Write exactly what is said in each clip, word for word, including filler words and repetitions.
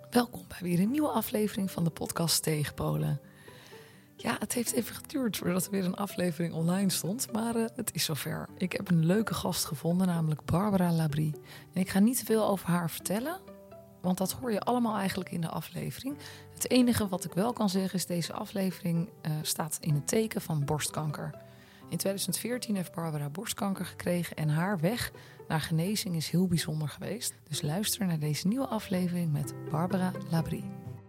Welkom bij weer een nieuwe aflevering van de podcast Tegenpolen. Ja, het heeft even geduurd voordat er weer een aflevering online stond, maar uh, het is zover. Ik heb een leuke gast gevonden, namelijk Barbara Labrie. En ik ga niet te veel over haar vertellen, want dat hoor je allemaal eigenlijk in de aflevering. Het enige wat ik wel kan zeggen is, deze aflevering uh, staat in het teken van borstkanker. In twintig veertien heeft Barbara borstkanker gekregen en haar weg naar genezing is heel bijzonder geweest. Dus luister naar deze nieuwe aflevering met Barbara Labrie.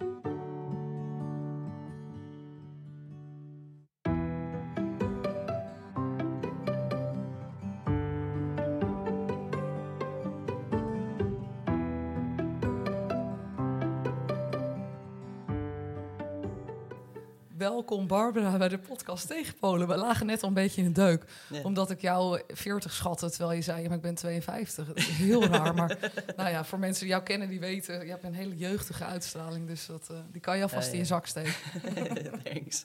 Welkom Barbara bij de podcast Tegenpolen. We lagen net al een beetje in de deuk. Ja. Omdat ik jou veertig schatte, terwijl je zei, ja, maar ik ben tweeënvijftig. Dat is heel raar, maar nou ja, voor mensen die jou kennen, die weten, je hebt een hele jeugdige uitstraling. Dus dat, uh, die kan je alvast ja, ja. in je zak steken. Thanks.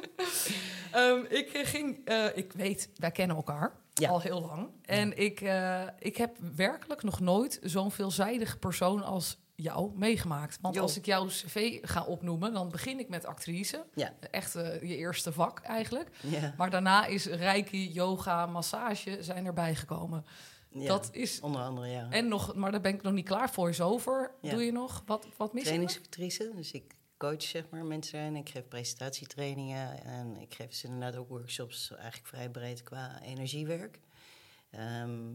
um, ik ging, uh, ik weet, wij kennen elkaar ja. al heel lang. En ja. ik, uh, ik heb werkelijk nog nooit zo'n veelzijdige persoon als jou meegemaakt. Want jo. als ik jouw cv ga opnoemen, dan begin ik met actrice. Ja. Echt uh, je eerste vak eigenlijk. Ja. Maar daarna is reiki, yoga, massage zijn erbij gekomen. Ja, dat is onder andere, ja. En nog, maar daar ben ik nog niet klaar voor. Voice-over ja. doe je nog? Wat, wat mis je? Trainingsactrice, dus ik coach zeg maar mensen en ik geef presentatietrainingen en ik geef ze inderdaad ook workshops, eigenlijk vrij breed qua energiewerk. Um,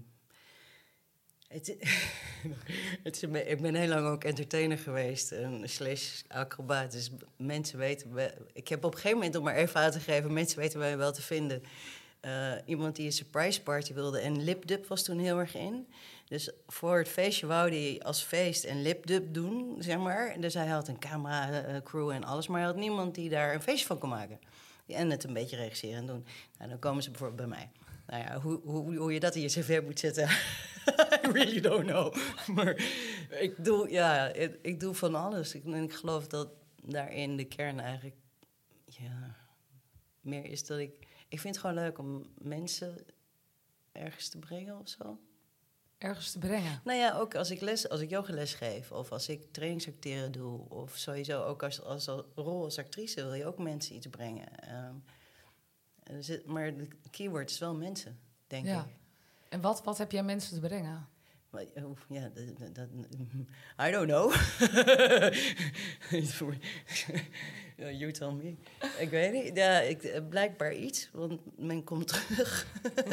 Het, het is, ik ben heel lang ook entertainer geweest en slash acrobaat. Dus mensen weten... Ik heb op een gegeven moment, om maar even uit te geven, mensen weten mij wel te vinden. Uh, iemand die een surprise party wilde en lipdub was toen heel erg in. Dus voor het feestje wou hij als feest een lipdub doen, zeg maar. Dus hij had een camera, uh, crew en alles, maar hij had niemand die daar een feestje van kon maken. En het een beetje regisseren en doen. Nou, dan komen ze bijvoorbeeld bij mij. Nou ja, hoe, hoe, hoe je dat in je cv moet zetten, I really don't know. Maar ik doe, ja, ik, ik doe van alles. Ik, ik geloof dat daarin de kern eigenlijk ja, meer is dat ik... Ik vind het gewoon leuk om mensen ergens te brengen of zo. Ergens te brengen? Nou ja, ook als ik, les, als ik yogales geef of als ik trainingsacteren doe... of sowieso ook als, als, als rol als actrice wil je ook mensen iets brengen. Um, Maar de keyword is wel mensen, denk ja. ik. En wat, wat heb jij mensen te brengen? Ja, dat, dat, I don't know. You tell me. Ik weet niet. Ja, ik, blijkbaar iets, want men komt terug.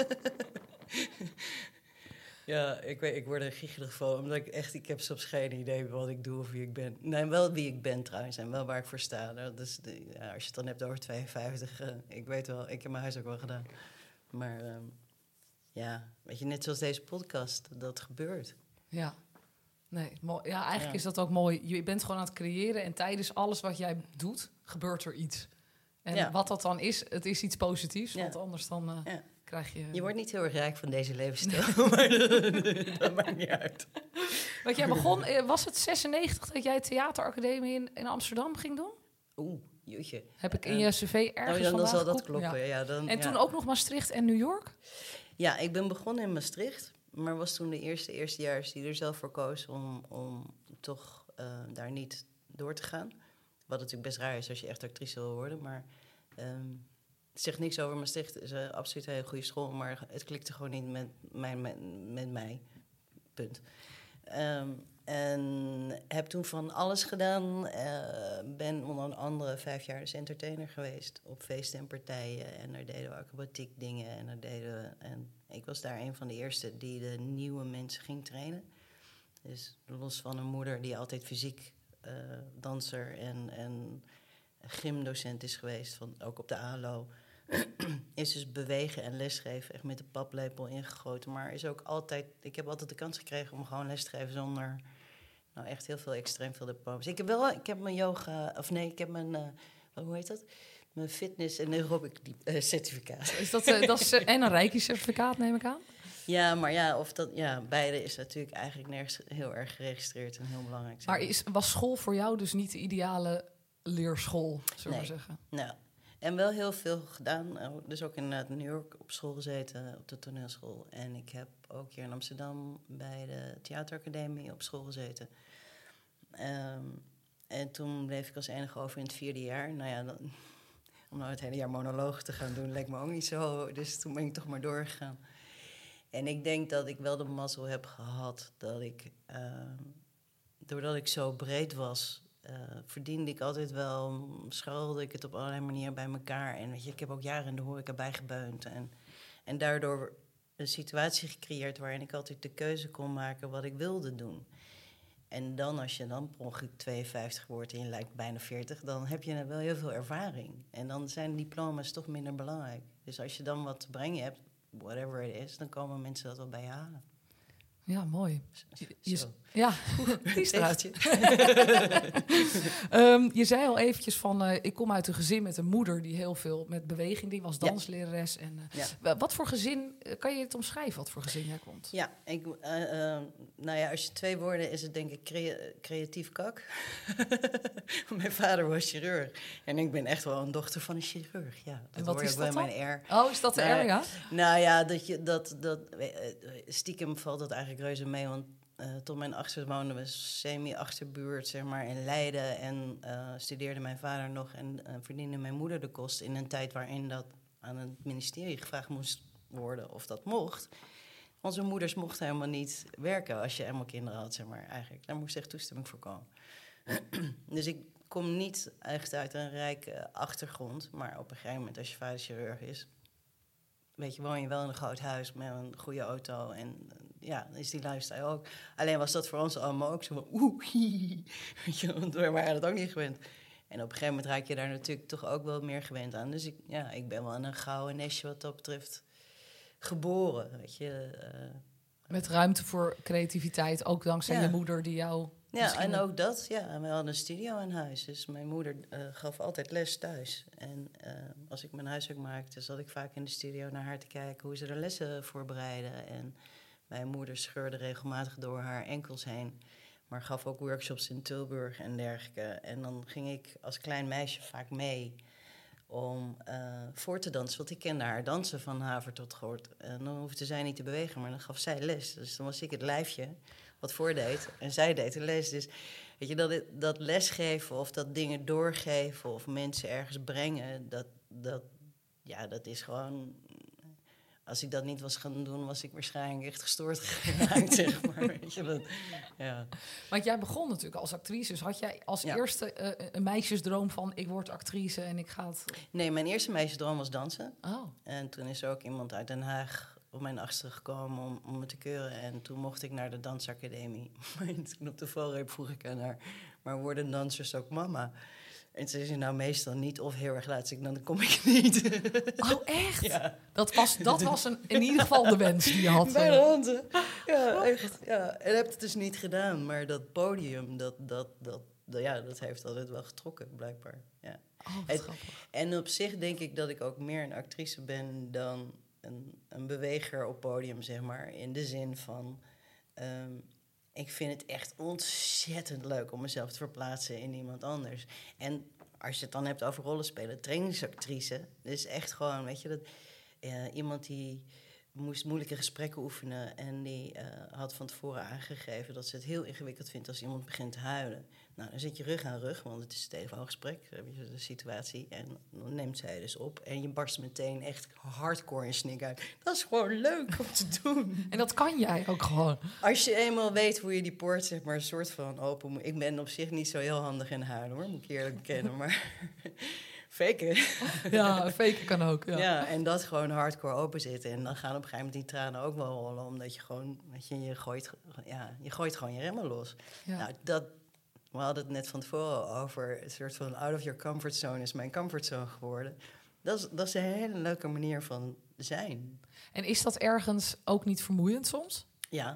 Ja, ik, weet, ik word er giechelig van, omdat ik echt... Ik heb soms geen idee wat ik doe of wie ik ben. Nee, wel wie ik ben trouwens en wel waar ik voor sta. Dus de, ja, als je het dan hebt over tweeënvijftig... Uh, ik weet wel, ik heb mijn huis ook wel gedaan. Maar um, ja, weet je, net zoals deze podcast, dat gebeurt. Ja, nee, mooi. Ja, eigenlijk ja. is dat ook mooi. Je bent gewoon aan het creëren en tijdens alles wat jij doet, gebeurt er iets. En ja. wat dat dan is, het is iets positiefs, ja. want anders dan... Uh, ja. Je... je wordt niet heel erg rijk van deze levensstijl, maar dat, dat maakt niet uit. Want jij begon, was het zesennegentig dat jij theateracademie in, in Amsterdam ging doen? Oeh, jeetje. Heb ik in je cv ergens oh ja, dan zal dat gekoek? kloppen. Ja. Ja, dan, en ja. toen ook nog Maastricht en New York? Ja, ik ben begonnen in Maastricht, maar was toen de eerste eerstejaars die er zelf voor koos om, om toch uh, daar niet door te gaan. Wat natuurlijk best raar is als je echt actrice wil worden, maar... Um, Het zegt niks over Maastricht. Het is uh, absoluut een hele goede school, maar het klikte gewoon niet met, mijn, met, met mij. Punt. Um, en heb toen van alles gedaan. Uh, ben onder andere vijf jaar dus entertainer geweest op feesten en partijen. En daar deden we acrobatiek dingen. En, daar deden we, en ik was daar een van de eerste die de nieuwe mensen ging trainen. Dus los van een moeder die altijd fysiek uh, danser en... en gymdocent is geweest, van, ook op de A L O... is dus bewegen en lesgeven echt met de paplepel ingegoten. Maar is ook altijd... Ik heb altijd de kans gekregen om gewoon les te geven zonder... nou, echt heel veel extreem veel diploma's. Ik heb wel... Ik heb mijn yoga... Of nee, ik heb mijn... Uh, hoe heet dat? Mijn fitness- en aerobic uh, certificaat. Is dat, uh, dat is, uh, en een reiki-certificaat, neem ik aan? Ja, maar ja, of dat, ja, beide is natuurlijk eigenlijk nergens heel erg geregistreerd en heel belangrijk. Maar is, was school voor jou dus niet de ideale leerschool, zullen we nee. maar zeggen? Nou, en wel heel veel gedaan. Dus ook in New York op school gezeten, op de toneelschool. En ik heb ook hier in Amsterdam bij de theateracademie op school gezeten. Um, en toen bleef ik als enige over in het vierde jaar. Nou ja, dan, om nou het hele jaar monoloog te gaan doen, leek me ook niet zo. Dus toen ben ik toch maar doorgegaan. En ik denk dat ik wel de mazzel heb gehad dat ik, uh, doordat ik zo breed was, uh, verdiende ik altijd wel, schuilde ik het op allerlei manieren bij elkaar. En weet je, ik heb ook jaren in de horeca bijgebeund. En, en daardoor een situatie gecreëerd waarin ik altijd de keuze kon maken wat ik wilde doen. En dan als je dan per ongeluk tweeënvijftig wordt en je lijkt bijna veertig... dan heb je wel heel veel ervaring. En dan zijn diploma's toch minder belangrijk. Dus als je dan wat te brengen hebt, whatever it is, dan komen mensen dat wel bij je halen. Ja, mooi. Zo. Je, ja, die is eruit. Je. um, je zei al eventjes van, uh, ik kom uit een gezin met een moeder die heel veel met beweging, die was danslerares. En, uh, ja. Wat voor gezin, kan je het omschrijven, wat voor gezin jij komt? Ja, ik, uh, uh, nou ja, als je twee woorden is het denk ik crea- creatief kak. Mijn vader was chirurg en ik ben echt wel een dochter van een chirurg. Ja, dat en wat hoor is ik dat bij dan? mijn R. Oh, is dat de nou, R, ja? Nou ja, dat je, dat, dat, stiekem valt dat eigenlijk reuze mee, want Uh, tot mijn achtste woonden we semi-achterbuurt, zeg maar, in Leiden. En uh, studeerde mijn vader nog en uh, verdiende mijn moeder de kost in een tijd waarin dat aan het ministerie gevraagd moest worden of dat mocht. Onze moeders mochten helemaal niet werken als je helemaal kinderen had, zeg maar, eigenlijk. Daar moest echt toestemming voor komen. Dus ik kom niet echt uit een rijke achtergrond, maar op een gegeven moment, als je vader chirurg is, weet je, woon je wel in een groot huis met een goede auto en ja, dan is die lifestyle ook. Alleen was dat voor ons allemaal ook zo van oeh, hihi. Weet je, want we waren dat ook niet gewend. En op een gegeven moment raak je daar natuurlijk toch ook wel meer gewend aan. Dus ik, ja, ik ben wel in een gouden nestje wat dat betreft geboren, weet je. Uh, Met ruimte voor creativiteit, ook dankzij ja. je moeder die jou... Ja, en ook dat, ja. En we hadden een studio in huis, dus mijn moeder uh, gaf altijd les thuis. En uh, als ik mijn huiswerk maakte, zat ik vaak in de studio naar haar te kijken hoe ze de lessen voorbereidde. En mijn moeder scheurde regelmatig door haar enkels heen, maar gaf ook workshops in Tilburg en dergelijke. En dan ging ik als klein meisje vaak mee om uh, voor te dansen. Want ik kende haar dansen van haver tot gort. En dan hoefde zij niet te bewegen, maar dan gaf zij les. Dus dan was ik het lijfje wat voordeed en zij deed de les. Dus weet je, dat, dat lesgeven of dat dingen doorgeven of mensen ergens brengen, dat, dat, ja, dat is gewoon... Als ik dat niet was gaan doen, was ik waarschijnlijk echt gestoord geraakt, zeg maar. Weet je, dat, ja. Want jij begon natuurlijk als actrice. Dus had jij als ja. eerste uh, een meisjesdroom van ik word actrice en ik ga het... Nee, mijn eerste meisjesdroom was dansen. Oh. En toen is er ook iemand uit Den Haag op mijn achtste gekomen om, om me te keuren. En toen mocht ik naar de dansacademie. En toen op de valreep vroeg ik aan haar, maar worden dansers ook mama? En ze zei, nou meestal niet of heel erg laat. Ik, dan kom ik niet. Oh, echt? Ja. Dat was, dat was een, in ieder geval de wens die je had. Bij de handen. Ja, echt. Ja. En heb het dus niet gedaan. Maar dat podium, dat, dat, dat, dat, ja, dat heeft altijd wel getrokken, blijkbaar. Ja. Oh, wat het, grappig. En op zich denk ik dat ik ook meer een actrice ben dan een, een beweger op podium, zeg maar. In de zin van... Um, ik vind het echt ontzettend leuk om mezelf te verplaatsen in iemand anders. En als je het dan hebt over rollenspelen, trainingsactrice. Dus echt gewoon, weet je, dat uh, iemand die moest moeilijke gesprekken oefenen en die uh, had van tevoren aangegeven dat ze het heel ingewikkeld vindt als iemand begint te huilen. Nou, dan zit je rug aan rug, want het is een telefoongesprek, dan heb je de situatie en dan neemt zij dus op en je barst meteen echt hardcore in snik uit. Dat is gewoon leuk om te doen. En dat kan jij ook gewoon. Als je eenmaal weet hoe je die poort, zeg maar, een soort van open moet. Ik ben op zich niet zo heel handig in huilen, hoor, moet ik eerlijk bekennen, maar faken. Ja, faken kan ook. Ja. Ja, en dat gewoon hardcore open zitten. En dan gaan op een gegeven moment die tranen ook wel rollen, omdat je gewoon, weet je, je gooit, ja, je gooit gewoon je remmen los. Ja. Nou, dat, we hadden het net van tevoren over, een soort van out of your comfort zone is mijn comfortzone geworden. Dat is, dat is een hele leuke manier van zijn. En is dat ergens ook niet vermoeiend soms? Ja.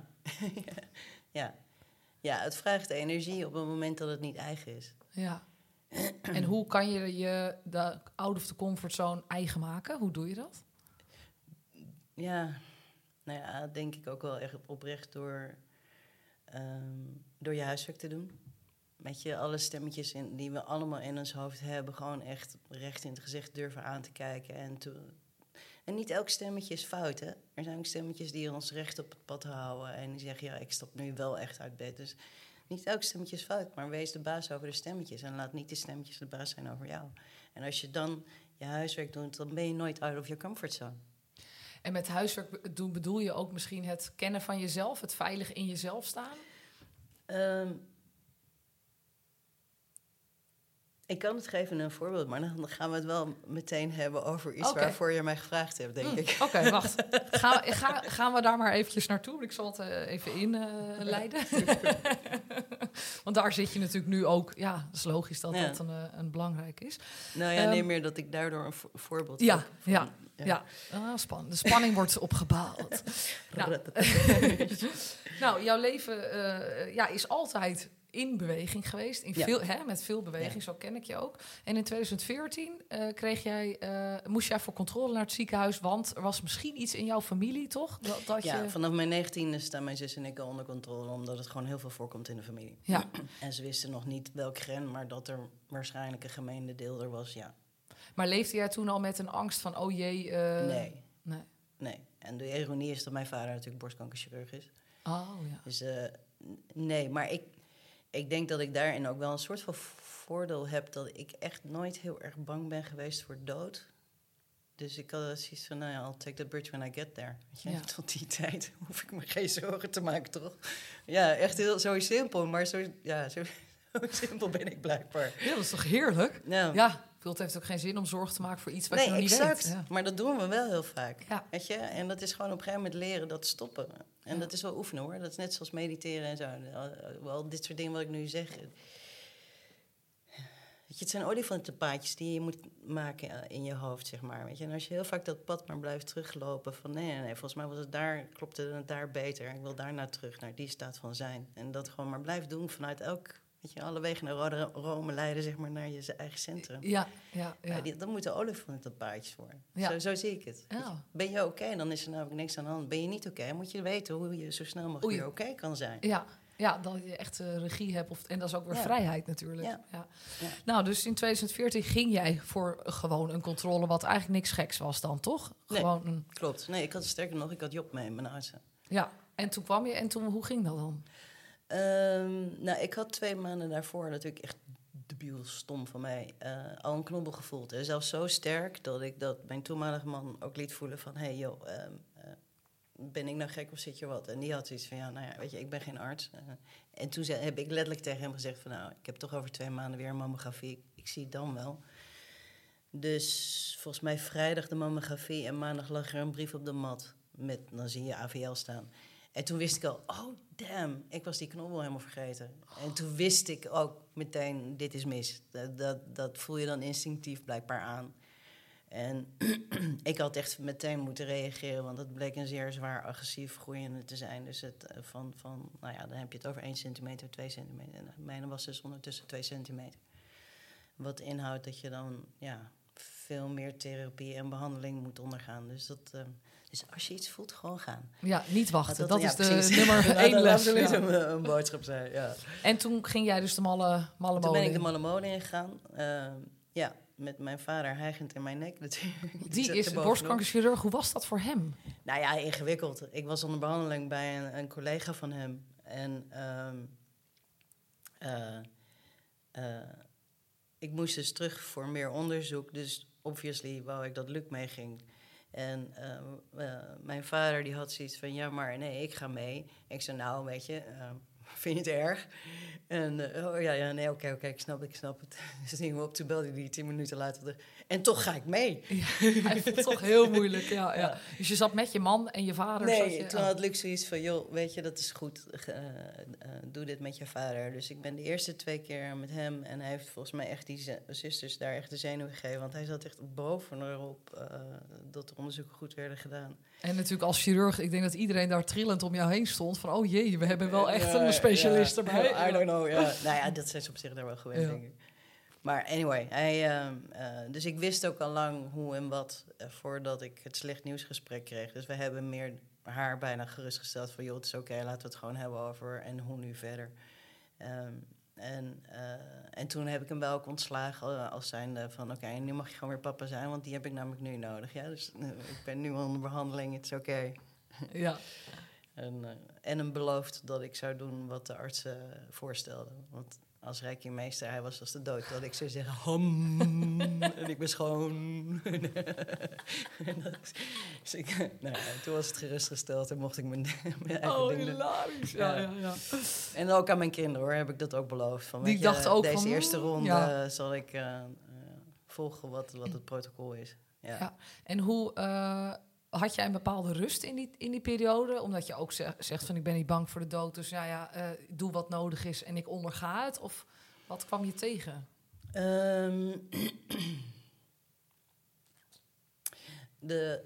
ja. Ja, het vraagt energie op het moment dat het niet eigen is. Ja. En hoe kan je je de out of the comfort zone eigen maken? Hoe doe je dat? Ja, nou ja, denk ik ook wel echt oprecht door, um, door je huiswerk te doen. Met je alle stemmetjes in, die we allemaal in ons hoofd hebben, gewoon echt recht in het gezicht durven aan te kijken. En, te, en niet elk stemmetje is fout, hè. Er zijn ook stemmetjes die ons recht op het pad houden en die zeggen, ja, ik stap nu wel echt uit bed. Dus niet elk stemmetje is fout, maar wees de baas over de stemmetjes. En laat niet de stemmetjes de baas zijn over jou. En als je dan je huiswerk doet, dan ben je nooit out of your comfort zone. En met huiswerk doen bedoel je ook misschien het kennen van jezelf, het veilig in jezelf staan? Um, ik kan het geven in een voorbeeld, maar dan gaan we het wel meteen hebben over iets okay. waarvoor je mij gevraagd hebt, denk mm, ik. Oké, okay, wacht. Gaan, ga, gaan we daar maar eventjes naartoe? Ik zal het uh, even inleiden. Uh, Want daar zit je natuurlijk nu ook. Ja, dat is logisch dat ja. dat een, uh, een belangrijk is. Nou ja, um, nee, meer dat ik daardoor een vo- voorbeeld ja, heb. Van, ja, ja. ja. Ah, span- de spanning wordt opgebouwd. nou, nou, jouw leven uh, ja, is altijd in beweging geweest. In veel, ja. hè, met veel beweging, ja. zo ken ik je ook. En in twintig veertien uh, kreeg jij, uh, moest jij voor controle naar het ziekenhuis, want er was misschien iets in jouw familie, toch? Dat, dat ja, je... vanaf mijn negentiende staan mijn zus en ik al onder controle, omdat het gewoon heel veel voorkomt in de familie. Ja. En ze wisten nog niet welk gen, maar dat er waarschijnlijk een gemeende deel er was, ja. Maar leefde jij toen al met een angst van, oh jee... Uh... Nee. nee. Nee. En de ironie is dat mijn vader natuurlijk borstkankerchirurg is. Oh, ja. Dus uh, nee, maar ik... Ik denk dat ik daarin ook wel een soort van voordeel heb dat ik echt nooit heel erg bang ben geweest voor dood. Dus ik had zoiets van, nou ja, I'll take the bridge when I get there. Weet je, ja. Tot die tijd hoef ik me geen zorgen te maken, toch? Ja, echt heel zo simpel, maar zo, ja, zo, zo simpel ben ik blijkbaar. Ja, dat is toch heerlijk? Ja. ja. Het heeft ook geen zin om zorgen te maken voor iets wat nee, je nog niet exact. weet. Ja. Maar dat doen we wel heel vaak. Ja. Weet je? En dat is gewoon op een gegeven moment leren dat stoppen. En ja. dat is wel oefenen hoor. Dat is net zoals mediteren en zo. Wel dit soort dingen wat ik nu zeg. Weet je, het zijn olifantenpaadjes die je moet maken in je hoofd, zeg maar. Weet je? En als je heel vaak dat pad maar blijft teruglopen van nee, nee, nee, volgens mij was het daar, klopte het daar beter. Ik wil daarna terug, naar die staat van zijn. En dat gewoon maar blijft doen vanuit elk... Weet je, alle wegen naar Rome leiden zeg maar, naar je eigen centrum. Ja, ja, ja. ja die, dat moeten olifantenpaadjes worden. Ja. Zo, zo zie ik het. Ja. Ben je oké, okay, dan is er namelijk niks aan de hand. Ben je niet oké, okay, moet je weten hoe je zo snel mogelijk Oei. weer oké okay kan zijn. Ja. Ja, dat je echt uh, regie hebt. Of, en dat is ook weer ja. vrijheid natuurlijk. Ja. Ja. Ja. Nou, dus in twintig veertien ging jij voor gewoon een controle... wat eigenlijk niks geks was dan, toch? Nee, gewoon een... klopt. Nee, ik had sterker nog, ik had Job mee, mijn artsen. Ja, en toen kwam je en toen, hoe ging dat dan? Um, nou, ik had twee maanden daarvoor natuurlijk echt debiel stom van mij uh, al een knobbel gevoeld. En zelfs zo sterk dat ik dat mijn toenmalige man ook liet voelen van... hé hey, joh, um, uh, ben ik nou gek of zit je wat? En die had zoiets van, ja, nou ja, weet je, ik ben geen arts. Uh, en toen zei, heb ik letterlijk tegen hem gezegd van... nou, ik heb toch over twee maanden weer een mammografie. Ik, ik zie het dan wel. Dus volgens mij vrijdag de mammografie en maandag lag er een brief op de mat... met, dan zie je A V L staan... En toen wist ik al, oh damn, ik was die knobbel helemaal vergeten. En toen wist ik ook meteen, dit is mis. Dat, dat, dat voel je dan instinctief blijkbaar aan. En ik had echt meteen moeten reageren, want het bleek een zeer zwaar agressief groeiende te zijn. Dus het, van, van, nou ja, dan heb je het over één centimeter, twee centimeter. En mijne was dus ondertussen twee centimeter. Wat inhoudt dat je dan ja, veel meer therapie en behandeling moet ondergaan. Dus dat... Uh, Dus als je iets voelt, gewoon gaan. Ja, niet wachten. Dat, dat ja, is precies. de nummer één les. Dat is ja. een, een boodschap zijn, ja. En toen ging jij dus de malle, malle Toen molen ben ik de malle molen ingegaan. Uh, ja, met mijn vader hijgend in mijn nek. Die, Die is borstkankerchirurg. Hoe was dat voor hem? Nou ja, ingewikkeld. Ik was onder behandeling bij een, een collega van hem. En um, uh, uh, ik moest dus terug voor meer onderzoek. Dus obviously wou ik dat Luc meeging. En uh, uh, mijn vader die had zoiets van, ja, maar nee, ik ga mee. Ik zei, nou, weet je, uh, vind je het erg? En, uh, oh ja, ja, nee, oké, okay, oké, okay, ik snap het, ik snap het. Dus gingen we op, toen belde hij tien minuten later. De, en toch ga ik mee. Ja, hij vond het toch heel moeilijk, ja, ja. ja. Dus je zat met je man en je vader? Nee, je, toen oh. had Luc zoiets van, joh, weet je, dat is goed. Uh, uh, doe dit met je vader. Dus ik ben de eerste twee keer met hem. En hij heeft volgens mij echt die z- zusters daar echt de zenuw gegeven. Want hij zat echt bovenop uh, dat de onderzoeken goed werden gedaan. En natuurlijk als chirurg, ik denk dat iedereen daar trillend om jou heen stond. Van, oh jee, we hebben wel echt ja, een specialist ja, erbij. I don't know, ja. Nou ja, dat zijn ze op zich daar wel gewend, ja. denk ik. Maar anyway, hij, uh, uh, dus ik wist ook al lang hoe en wat uh, voordat ik het slecht nieuwsgesprek kreeg. Dus we hebben meer haar bijna gerustgesteld van, joh, het is oké, okay, laten we het gewoon hebben over en hoe nu verder. Um, en, uh, en toen heb ik hem wel ook ontslagen uh, als zijnde van, oké, okay, nu mag je gewoon weer papa zijn, want die heb ik namelijk nu nodig. Ja? Dus uh, ik ben nu onder behandeling, het is oké. Okay. Ja. En, uh, en hem beloofd dat ik zou doen wat de artsen uh, voorstelden. Want als reiki-meester, hij was als de dood, dat ik zou zeggen, ham, en ik ben schoon. En dat, dus ik, nou ja, toen was het gerustgesteld en mocht ik mijn, mijn eigen oh, ding doen. hilarisch. Ja, ja, ja. En ook aan mijn kinderen, hoor, heb ik dat ook beloofd. Van, Die weet dachten je, ook deze van, eerste ronde ja. zal ik uh, uh, volgen wat, wat het protocol is. Ja. Ja. En hoe... Uh, had jij een bepaalde rust in die, in die periode? Omdat je ook zeg, zegt van ik ben niet bang voor de dood. Dus ja, ja uh, doe wat nodig is en ik onderga het. Of wat kwam je tegen? Um, de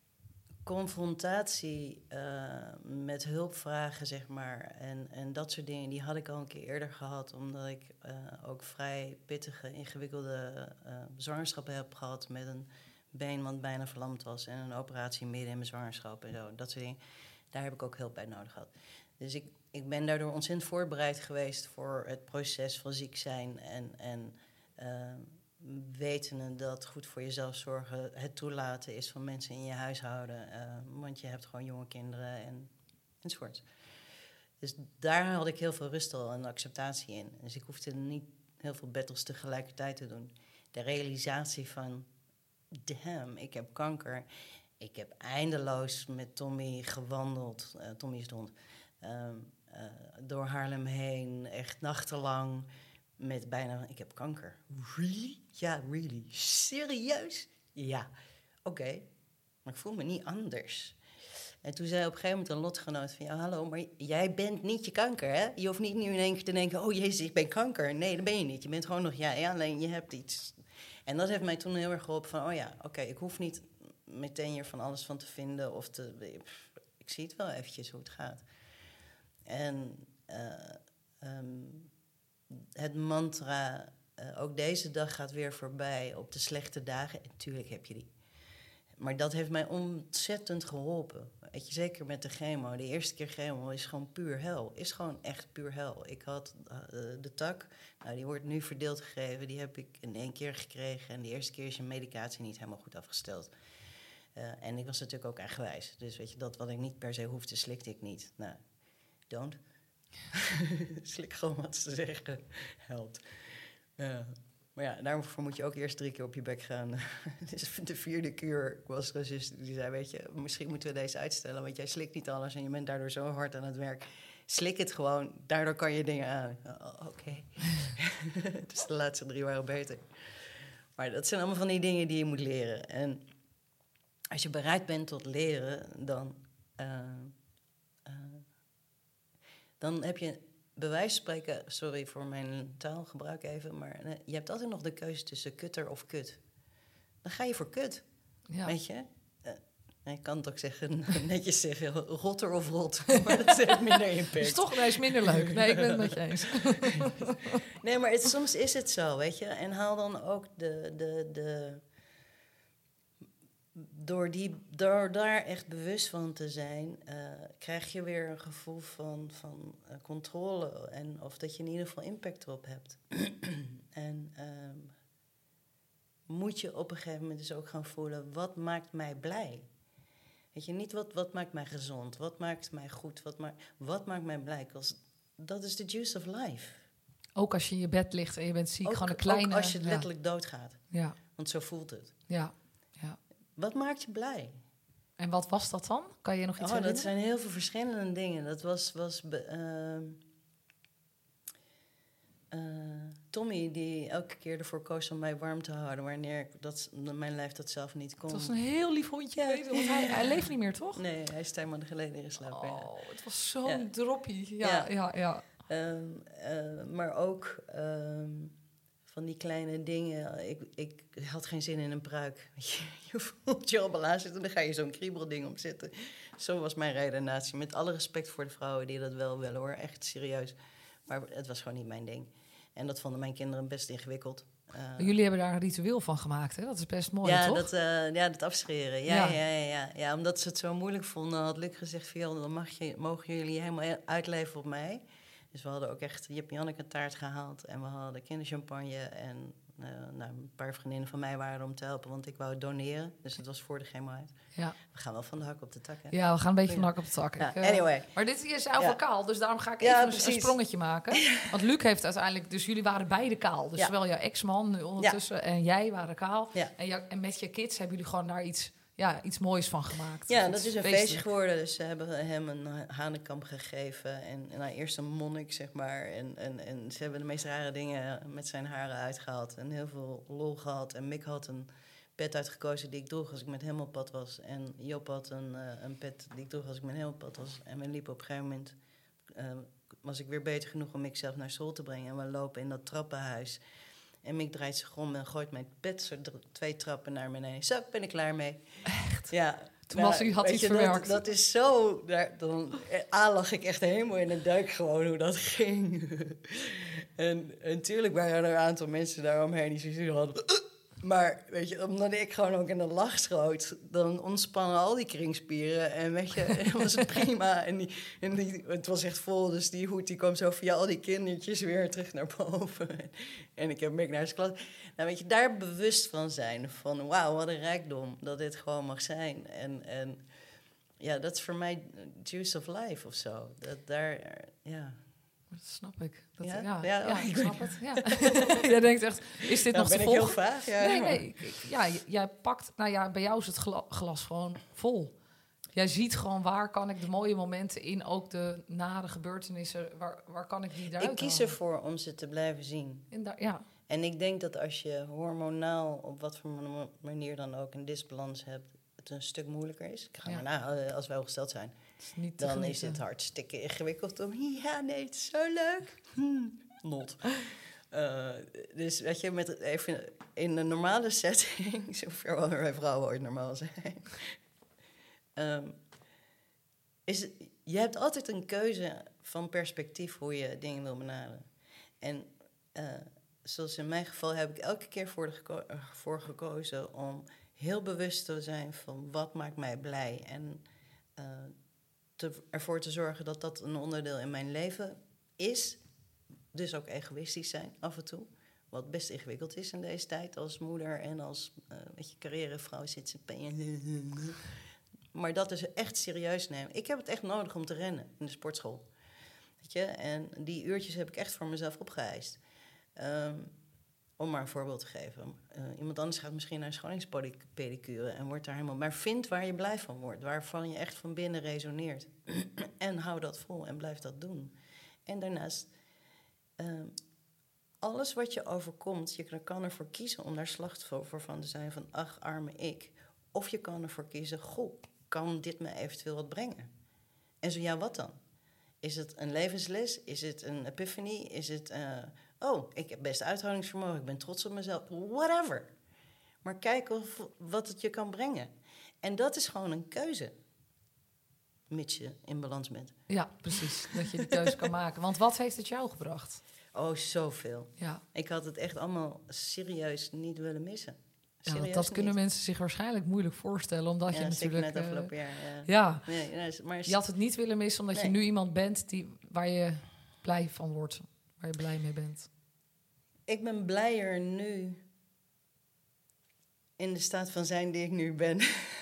confrontatie uh, met hulpvragen, zeg maar, en, en dat soort dingen, die had ik al een keer eerder gehad. Omdat ik uh, ook vrij pittige, ingewikkelde uh, zwangerschappen heb gehad met een been wat bijna verlamd was en een operatie midden in mijn zwangerschap en zo. Dat soort dingen. Daar heb ik ook hulp bij nodig gehad. Dus ik, ik ben daardoor ontzettend voorbereid geweest voor het proces van ziek zijn en, en uh, wetende dat goed voor jezelf zorgen het toelaten is van mensen in je huishouden. Uh, want je hebt gewoon jonge kinderen en enzovoort. Dus daar had ik heel veel rust al en acceptatie in. Dus ik hoefde niet heel veel battles tegelijkertijd te doen. De realisatie van damn, ik heb kanker. Ik heb eindeloos met Tommy gewandeld. Uh, Tommy is de hond. Um, uh, door Haarlem heen. Echt nachtenlang. Met bijna, ik heb kanker. Really? Ja, really. Serieus? Ja. Oké. Okay. Maar ik voel me niet anders. En toen zei op een gegeven moment een lotgenoot van... ja, hallo, maar jij bent niet je kanker, hè? Je hoeft niet nu in één keer te denken... oh jezus, ik ben kanker. Nee, dat ben je niet. Je bent gewoon nog jij. Ja, alleen je hebt iets... En dat heeft mij toen heel erg geholpen van... oh ja, oké, okay, ik hoef niet meteen hier van alles van te vinden... of te... Pff, ik zie het wel eventjes hoe het gaat. En uh, um, het mantra... Uh, ook deze dag gaat weer voorbij op de slechte dagen. En tuurlijk heb je die. Maar dat heeft mij ontzettend geholpen. Weet je, zeker met de chemo. De eerste keer chemo is gewoon puur hel. Is gewoon echt puur hel. Ik had uh, de tak, nou, die wordt nu verdeeld gegeven. Die heb ik in één keer gekregen. En de eerste keer is je medicatie niet helemaal goed afgesteld. Uh, en ik was natuurlijk ook eigenwijs. Dus weet je, dat wat ik niet per se hoefde, slikte ik niet. Nou, don't. Slik gewoon wat ze zeggen. Helpt. Ja. Maar ja, daarvoor moet je ook eerst drie keer op je bek gaan. Dus de vierde kuur was racist. Die zei, weet je, misschien moeten we deze uitstellen... want jij slikt niet alles en je bent daardoor zo hard aan het werk. Slik het gewoon, daardoor kan je dingen aan. Oh, Oké. Okay. Dus de laatste drie waren beter. Maar dat zijn allemaal van die dingen die je moet leren. En als je bereid bent tot leren, dan... Uh, uh, dan heb je... bij wijze van spreken, sorry voor mijn taalgebruik even... maar uh, je hebt altijd nog de keuze tussen kutter of kut. Dan ga je voor kut, ja. Weet je? Uh, ik kan het ook zeggen, netjes zeggen, rotter of rot. Maar dat heeft minder impact. Is toch nee, is minder leuk. Nee, ik ben het met je eens. Nee, maar het, soms is het zo, weet je. En haal dan ook de... de, de Door, die, door daar echt bewust van te zijn, uh, krijg je weer een gevoel van, van uh, controle. En of dat je in ieder geval impact erop hebt. En um, moet je op een gegeven moment dus ook gaan voelen, wat maakt mij blij? Weet je, niet wat, wat maakt mij gezond, wat maakt mij goed, wat, ma- wat maakt mij blij? Dat is de juice of life. Ook als je in je bed ligt en je bent ziek, ook, gewoon een kleine... Ook als je ja. letterlijk doodgaat. Ja. Want zo voelt het. Ja. Ja. Wat maakt je blij? En wat was dat dan? Kan je je nog iets oh, herinneren? Dat zijn heel veel verschillende dingen. Dat was... was uh, uh, Tommy, die elke keer ervoor koos om mij warm te houden... wanneer ik dat, mijn lijf dat zelf niet kon. Het was een heel lief hondje. Ja. Weet, want hij, hij leeft niet meer, toch? Nee, hij is twee maanden geleden geslapen. Oh, ja. het was zo'n ja. droppie. Ja, ja, ja. ja. Um, uh, maar ook... Um, van die kleine dingen. Ik, ik had geen zin in een pruik. Je, je voelt je op een laag zitten, dan ga je zo'n kriebelding opzetten. Zo was mijn redenatie. Met alle respect voor de vrouwen die dat wel willen, hoor. Echt serieus. Maar het was gewoon niet mijn ding. En dat vonden mijn kinderen best ingewikkeld. Uh, Jullie hebben daar een ritueel van gemaakt, hè? Dat is best mooi, ja, toch? Dat, uh, ja, dat afscheren. Ja, ja. Ja, ja, ja. ja, omdat ze het zo moeilijk vonden, had Luc gezegd... Van, dan mag je, mogen jullie helemaal uitleven op mij... Dus we hadden ook echt Jip Janneke taart gehaald. En we hadden kinderchampagne. En uh, nou, een paar vriendinnen van mij waren er om te helpen, want ik wou doneren. Dus het was voor de chemoheid. Ja. We gaan wel van de hak op de tak, hè? Ja, we gaan een beetje van de hak op de tak. Ja, Ik, uh, anyway. Maar dit is zelf Ja. al kaal, dus daarom ga ik Ja, even een, een sprongetje maken. Want Luc heeft uiteindelijk... Dus jullie waren beide kaal. Dus Ja. zowel jouw ex-man nu ondertussen en jij waren kaal. Ja. En, jou, en met je kids hebben jullie gewoon daar iets, ja, iets moois van gemaakt. Ja, Iets dat is een feestelijk. feestje geworden. Dus ze hebben hem een hanekamp gegeven. En, en nou, eerst een monnik, zeg maar. En, en, en ze hebben de meest rare dingen met zijn haren uitgehaald. En heel veel lol gehad. En Mick had een pet uitgekozen die ik droeg als ik met hem op pad was. En Job had een, uh, een pet die ik droeg als ik met hem op pad was. En we liepen op een gegeven moment... Uh, was ik weer beter genoeg om Mick zelf naar school te brengen. En we lopen in dat trappenhuis. En Mick draait zich om en gooit mijn pet zo dr- twee trappen naar beneden. Zo, ben ik klaar mee. Echt? Ja. Toen was hij, had hij iets je, verwerkt. Dat, dat is zo... Daar, dan A, lag ik echt helemaal in een duik gewoon hoe dat ging. en natuurlijk waren er een aantal mensen daaromheen die zoiets hadden... Maar weet je, omdat ik gewoon ook in de lach schoot... dan ontspannen al die kringspieren. En weet je, het was prima. En, die, en die, het was echt vol, dus die hoed die kwam zo via al die kindertjes weer terug naar boven. En ik heb Mick naar zijn klas. Nou, weet je, daar bewust van zijn. Van wauw, wat een rijkdom dat dit gewoon mag zijn. En, en ja, dat is voor mij juice of life of zo. Dat daar, ja... Dat snap ik. Dat, Ja? ja, Ja, ja, oh, ik ik snap het. Ja. Jij denkt echt, is dit Nou, nog ben te ik heel volgen? vaag? Ja, nee, maar- nee. ik- ik- Ja, j- jij pakt... Nou ja, bij jou is het gla- glas gewoon vol. Jij ziet gewoon waar kan ik de mooie momenten in, ook de nare gebeurtenissen, waar, waar kan ik die eruit Ik kies halen? ervoor om ze te blijven zien. In daar, ja, En ik denk dat als je hormonaal op wat voor ma- manier dan ook een disbalans hebt, het een stuk moeilijker is. Ik ga Ja. maar na, eh, als wij ongesteld zijn, het is niet te dan is genieten. het hartstikke ingewikkeld om... Ja, nee, het is zo leuk. Hm, not. Uh, dus weet je, met even in een normale setting, zover wel wij vrouwen ooit normaal zijn, um, is het, je hebt altijd een keuze van perspectief hoe je dingen wil benaderen. En uh, zoals in mijn geval heb ik elke keer voor, de geko- voor gekozen om heel bewust te zijn van wat maakt mij blij. En uh, te, ervoor te zorgen dat dat een onderdeel in mijn leven is. Dus ook egoïstisch zijn af en toe. Wat best ingewikkeld is in deze tijd als moeder en als uh, weet je, carrièrevrouw zit ze pen. Maar dat is echt serieus nemen. Ik heb het echt nodig om te rennen in de sportschool. Weet je? En die uurtjes heb ik echt voor mezelf opgeëist. Um, om maar een voorbeeld te geven. Uh, iemand anders gaat misschien naar een schoningspedicure en wordt daar helemaal... Maar vind waar je blij van wordt. Waarvan je echt van binnen resoneert. En hou dat vol en blijf dat doen. En daarnaast... Uh, alles wat je overkomt, je kan ervoor kiezen om daar slachtoffer van te zijn van ach, arme ik. Of je kan ervoor kiezen, goh, kan dit me eventueel wat brengen? En zo ja, wat dan? Is het een levensles? Is het een epiphany? Is het, uh, oh, ik heb best uithoudingsvermogen, ik ben trots op mezelf, whatever. Maar kijk of, wat het je kan brengen. En dat is gewoon een keuze. Mits je in balans bent. Ja, precies. Dat je die keuze kan maken. Want wat heeft het jou gebracht? Oh, zoveel. Ja. Ik had het echt allemaal serieus niet willen missen. Ja, Serieus dat niet. kunnen mensen zich waarschijnlijk moeilijk voorstellen. Omdat ja, je natuurlijk... net uh, afgelopen jaar. Ja. ja. Nee, nee, maar Je had het niet willen missen omdat nee. je nu iemand bent die, waar je blij van wordt. Waar je blij mee bent. Ik ben blijer nu in de staat van zijn die ik nu ben...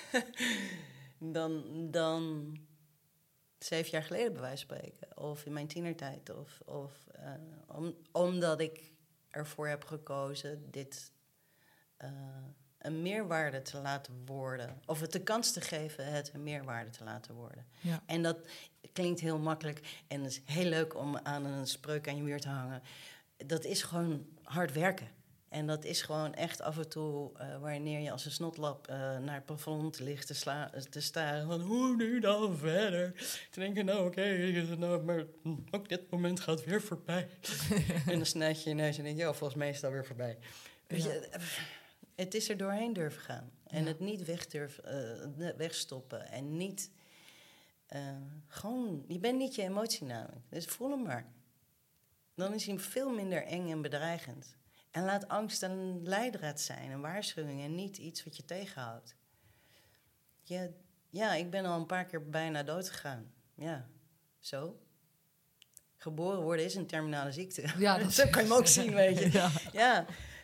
dan, dan zeven jaar geleden bij wijze van spreken. Of in mijn tienertijd. Of, of, uh, om, omdat ik ervoor heb gekozen dit uh, een meerwaarde te laten worden. Of het de kans te geven het een meerwaarde te laten worden. Ja. En dat klinkt heel makkelijk. En het is heel leuk om aan een spreuk aan je muur te hangen. Dat is gewoon hard werken. En dat is gewoon echt af en toe, uh, wanneer je als een snotlap uh, naar het plafond ligt te, sla- te staren van hoe nu dan verder? Te denken, nou oké, okay, nou, maar ook dit moment gaat weer voorbij. En dan snijd je je neus en denk je, ja, volgens mij is het alweer voorbij. Weet Ja. je, het is er doorheen durven gaan. En Ja. het niet weg durven, uh, wegstoppen. En niet, uh, gewoon, je bent niet je emotie namelijk. Dus voel hem maar. Dan is hij veel minder eng en bedreigend. En laat angst een leidraad zijn, een waarschuwing... en niet iets wat je tegenhoudt. Ja, ja, ik ben al een paar keer bijna dood gegaan. Ja, zo. Geboren worden is een terminale ziekte. Ja, dat Zo kan je hem ook zien, weet je. Ja. Ja,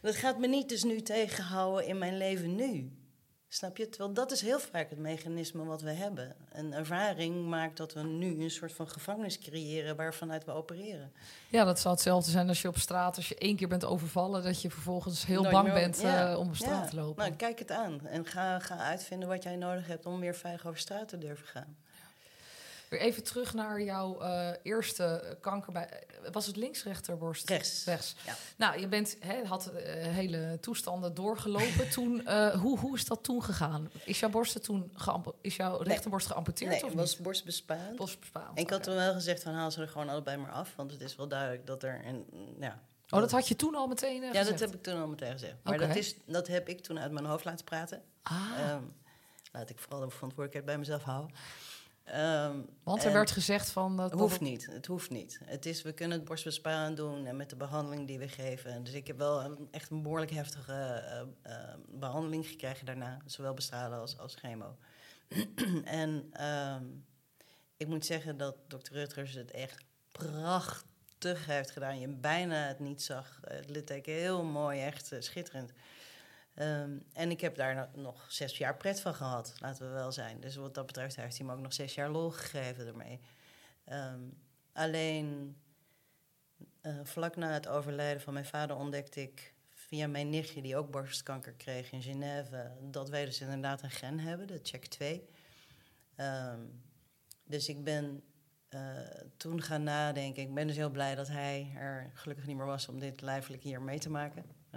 Dat gaat me niet dus nu tegenhouden in mijn leven nu. Snap je? Terwijl dat is heel vaak het mechanisme wat we hebben. Een ervaring maakt dat we nu een soort van gevangenis creëren waarvanuit we opereren. Ja, dat zal hetzelfde zijn als je op straat, als je één keer bent overvallen, dat je vervolgens heel Nooit bang meer- bent ja, uh, om op straat ja. te lopen. Nou, kijk het aan en ga, ga uitvinden wat jij nodig hebt om weer veilig over straat te durven gaan. Weer even terug naar jouw uh, eerste kanker bij... Was het links, rechterborst? Rechts. Rechts. Ja. Nou, je bent, he, had uh, hele toestanden doorgelopen. toen, uh, hoe, hoe is dat toen gegaan? Is jouw borst toen geampu- is jouw Nee. rechterborst geamputeerd? Nee, of het was niet? borstbespaand. Borstbespaand. En ik had oké. toen wel gezegd van haal ze er gewoon allebei maar af. Want het is wel duidelijk dat er... Een, ja, Oh, dat had je toen al meteen uh, Ja, gezegd? dat heb ik toen al meteen gezegd. Maar Oké. dat, is, dat heb ik toen uit mijn hoofd laten praten. Ah, Um, laat ik vooral de verantwoordelijkheid bij mezelf houden. Um, want er en werd gezegd van... Dat, het hoeft niet, het hoeft niet. Het is, we kunnen het borstbesparend doen en met de behandeling die we geven. Dus ik heb wel een, echt een behoorlijk heftige uh, uh, behandeling gekregen daarna. Zowel bestralen als, als chemo. en um, ik moet zeggen dat dokter Rutgers het echt prachtig heeft gedaan. Je bijna het niet zag. Het litteken heel mooi, echt uh, schitterend. Um, en ik heb daar no- nog zes jaar pret van gehad, laten we wel zijn. Dus wat dat betreft heeft hij me ook nog zes jaar lol gegeven ermee. Um, alleen uh, vlak na het overlijden van mijn vader ontdekte ik via mijn nichtje, die ook borstkanker kreeg in Genève, dat wij dus inderdaad een gen hebben, de check twee. Um, dus ik ben uh, toen gaan nadenken. Ik ben dus heel blij dat hij er gelukkig niet meer was om dit lijfelijk hier mee te maken. Uh,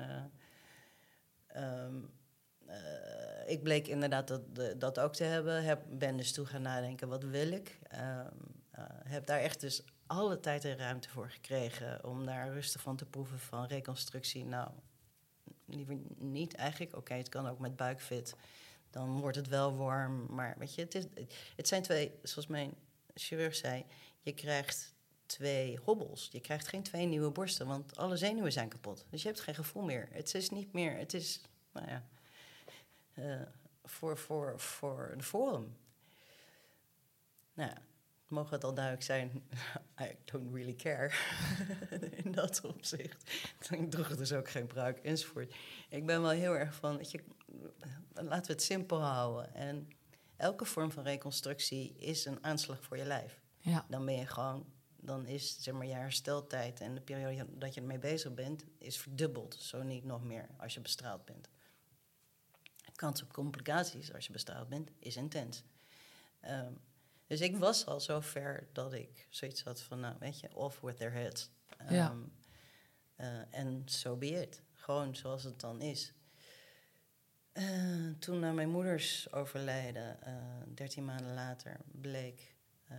Um, uh, ik bleek inderdaad dat, de, dat ook te hebben. Heb, ben dus toe gaan nadenken, wat wil ik? Um, uh, heb daar echt dus alle tijd en ruimte voor gekregen om daar rustig van te proeven van reconstructie. Nou, liever niet eigenlijk. Oké, okay, het kan ook met buikfit. Dan wordt het wel warm. Maar weet je, het, is, het zijn twee, zoals mijn chirurg zei, je krijgt twee hobbels. Je krijgt geen twee nieuwe borsten, want alle zenuwen zijn kapot. Dus je hebt geen gevoel meer. Het is niet meer, het is, nou ja, uh, voor, voor, voor de vorm. Nou ja, mogen het al duidelijk zijn, I don't really care in dat opzicht. Ik droeg dus ook geen pruik enzovoort. Ik ben wel heel erg van, weet je, laten we het simpel houden. En elke vorm van reconstructie is een aanslag voor je lijf. Ja. Dan ben je gewoon... dan is zeg maar, je hersteltijd en de periode dat je ermee bezig bent, is verdubbeld. Zo niet nog meer als je bestraald bent. De kans op complicaties als je bestraald bent, is intens. Um, dus ik was al zo ver dat ik zoiets had van, nou weet je, off with their heads. Um, ja. En uh, so be it. Gewoon zoals het dan is. Uh, toen na mijn moeders overlijden, uh, dertien maanden later, bleek... Uh,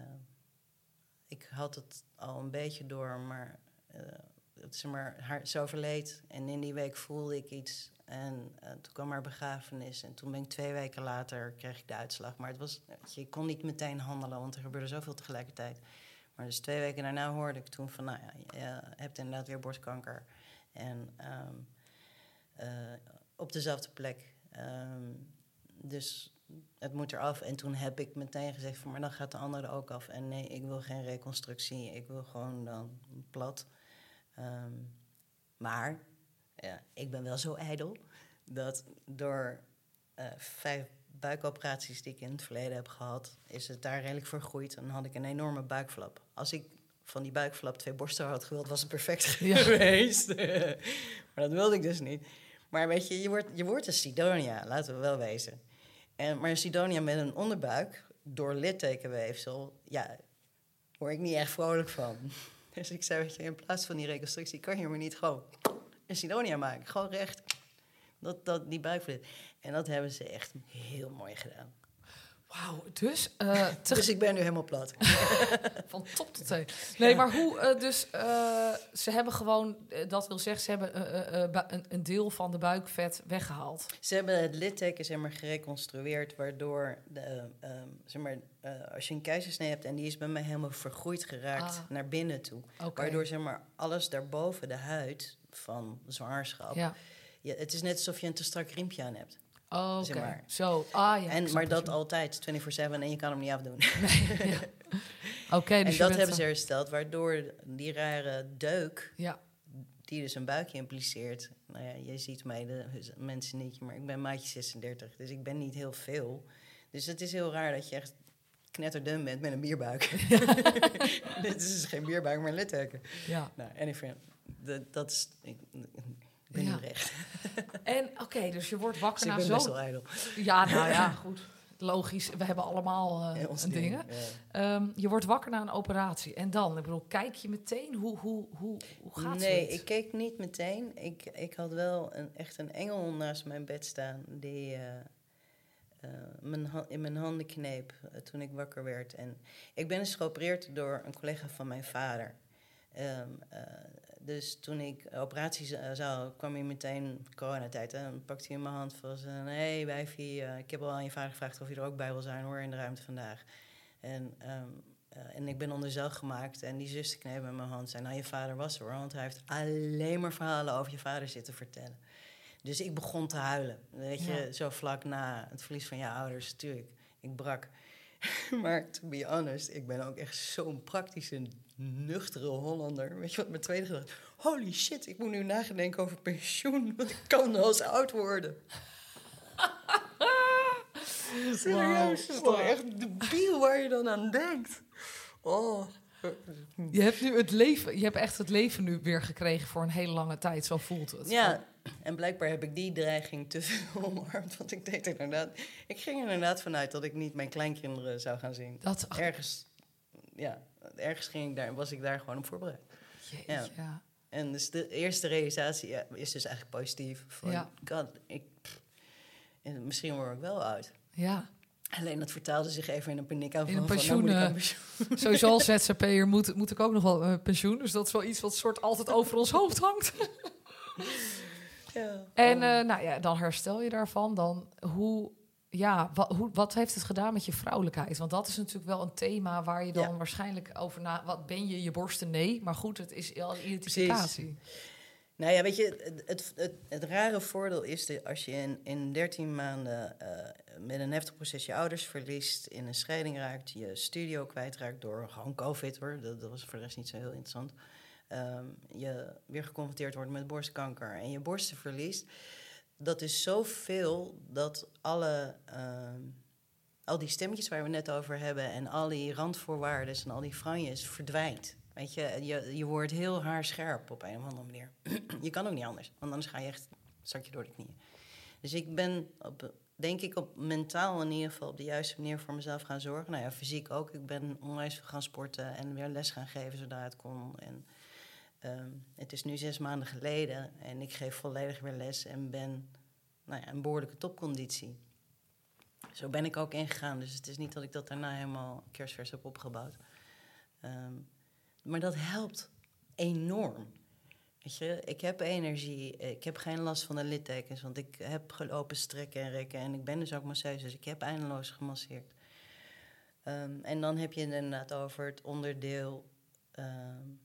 Ik had het al een beetje door, maar, uh, het, zeg maar haar, ze overleed. En in die week voelde ik iets. En uh, toen kwam haar begrafenis. En toen ben ik twee weken later, kreeg ik de uitslag. Maar het was, je kon niet meteen handelen, want er gebeurde zoveel tegelijkertijd. Maar dus twee weken daarna hoorde ik toen van, nou ja, je hebt inderdaad weer borstkanker. En um, uh, op dezelfde plek. Um, dus... het moet eraf. En toen heb ik meteen gezegd van, maar dan gaat de andere ook af. En nee, ik wil geen reconstructie. Ik wil gewoon dan plat. Um, maar ja, ik ben wel zo ijdel dat door uh, vijf buikoperaties die ik in het verleden heb gehad, is het daar redelijk vergroeid. En dan had ik een enorme buikflap. Als ik van die buikflap twee borsten had gewild, was het perfect Ja. geweest. Maar dat wilde ik dus niet. Maar weet je, je wordt, je wordt een Sidonia, laten we wel wezen. En, maar een Sidonia met een onderbuik, door littekenweefsel, ja, word ik niet echt vrolijk van. Dus ik zei, weet je, in plaats van die reconstructie kan je maar niet gewoon een Sidonia maken. Gewoon recht, dat, dat, die buikvlit. En dat hebben ze echt heel mooi gedaan. Wauw, dus... Uh, te... dus ik ben nu helemaal plat. Van top tot teen. Nee, ja. Maar hoe... Uh, dus uh, ze hebben gewoon... Uh, dat wil zeggen, ze hebben uh, uh, uh, een, een deel van de buikvet weggehaald. Ze hebben het litteken zeg maar, gereconstrueerd, waardoor... De, uh, zeg maar, uh, als je een keizersnee hebt en die is bij mij helemaal vergroeid geraakt ah. naar binnen toe. Okay. Waardoor zeg maar, alles daarboven de huid van zwangerschap... Ja. Ja, het is net alsof je een te strak riempje aan hebt. Oh, oké. Zeg maar. Zo, ah ja. En, maar dat altijd, vierentwintig zeven, en je kan hem niet afdoen. Nee, ja. Oké, okay, dus en dat hebben ze hersteld, waardoor die rare deuk... Ja. die dus een buikje impliceert. Nou ja, je ziet mij, de mensen niet, maar ik ben maatje zesendertig. Dus ik ben niet heel veel. Dus het is heel raar dat je echt knetterdun bent met een bierbuik. Ja. Dit is dus geen bierbuik, maar een litteken. Ja. Nou, anyway, dat, dat is... Ik, ik ben ja. niet recht. En oké, okay, dus je wordt wakker dus na ik ben zo... best wel ijdel. Ja, nou ja, goed. Logisch, we hebben allemaal uh, ja, dingen. dingen. Ja. Um, je wordt wakker na een operatie. En dan, ik bedoel, kijk je meteen? Hoe, hoe, hoe, hoe gaat nee, het? Nee, ik keek niet meteen. Ik, ik had wel een, echt een engel naast mijn bed staan... die uh, uh, mijn ha- in mijn handen kneep uh, toen ik wakker werd. En ik ben dus geopereerd door een collega van mijn vader. Um, uh, dus toen ik operaties uh, zou, kwam hij meteen coronatijd. En dan pakte hij in mijn hand vast. Hé, hey, wijfie, uh, ik heb al aan je vader gevraagd of je er ook bij wil zijn, hoor, in de ruimte vandaag. En, um, uh, en ik ben onder zeil gemaakt. En die zuster kneep in mijn hand. Zei, nou, je vader was er, hoor. Want hij heeft alleen maar verhalen over je vader zitten vertellen. Dus ik begon te huilen. Weet je, ja. Zo vlak na het verlies van je ouders. Tuurlijk, ik brak. Maar to be honest, ik ben ook echt zo'n praktische, nuchtere Hollander. Weet je wat mijn tweede gedachte? Holy shit, ik moet nu nadenken over pensioen. Want ik kan wel eens oud worden. Serieus, dat is toch echt debiel waar je dan aan denkt. Oh. Je hebt nu het leven, je hebt echt het leven nu weer gekregen voor een hele lange tijd. Zo voelt het. Ja, en blijkbaar heb ik die dreiging te veel omarmd. Want ik deed inderdaad... Ik ging inderdaad vanuit dat ik niet mijn kleinkinderen zou gaan zien. Dat, ergens, ja, ergens ging ik daar, was ik daar gewoon op voorbereid. Jeetje, ja. ja. En dus de eerste realisatie ja, is dus eigenlijk positief. Van, ja. God, ik, pff, misschien word ik wel oud. Ja. Alleen dat vertaalde zich even in een paniekaanval. In een pensioen. Van, nou, pensioen. Sowieso als Z Z P'er moet, moet ik ook nog wel uh, pensioen. Dus dat is wel iets wat soort altijd over ons hoofd hangt. Ja. En uh, nou ja, dan herstel je daarvan. Dan hoe, ja, wat, hoe, wat heeft het gedaan met je vrouwelijkheid? Want dat is natuurlijk wel een thema waar je dan ja. waarschijnlijk over na... Wat ben je, je borsten? Nee. Maar goed, het is al een identificatie. Precies. Nou ja, weet je, het, het, het, het rare voordeel is dat als je in, in dertien maanden uh, met een heftig proces je ouders verliest, in een scheiding raakt, je studio kwijtraakt door gewoon COVID, hoor. Dat, dat was voor de rest niet zo heel interessant. Um, je weer geconfronteerd wordt met borstkanker en je borsten verliest. Dat is zoveel dat alle, uh, al die stemmetjes waar we net over hebben en al die randvoorwaarden en al die franjes verdwijnt. Weet je, je, je wordt heel haarscherp op een of andere manier. Je kan ook niet anders, want anders ga je echt zak je door de knieën. Dus ik ben, op, denk ik, op mentaal in ieder geval op de juiste manier voor mezelf gaan zorgen. Nou ja, fysiek ook. Ik ben onwijs gaan sporten en weer les gaan geven zodra het kon. En um, het is nu zes maanden geleden en ik geef volledig weer les en ben nou ja, een behoorlijke topconditie. Zo ben ik ook ingegaan, dus het is niet dat ik dat daarna helemaal kerstvers heb opgebouwd. Um, Maar dat helpt enorm. Weet je, ik heb energie, ik heb geen last van de littekens, want ik heb gelopen strekken en rekken en ik ben dus ook masseuse, dus ik heb eindeloos gemasseerd. Um, en dan heb je het inderdaad over het onderdeel um,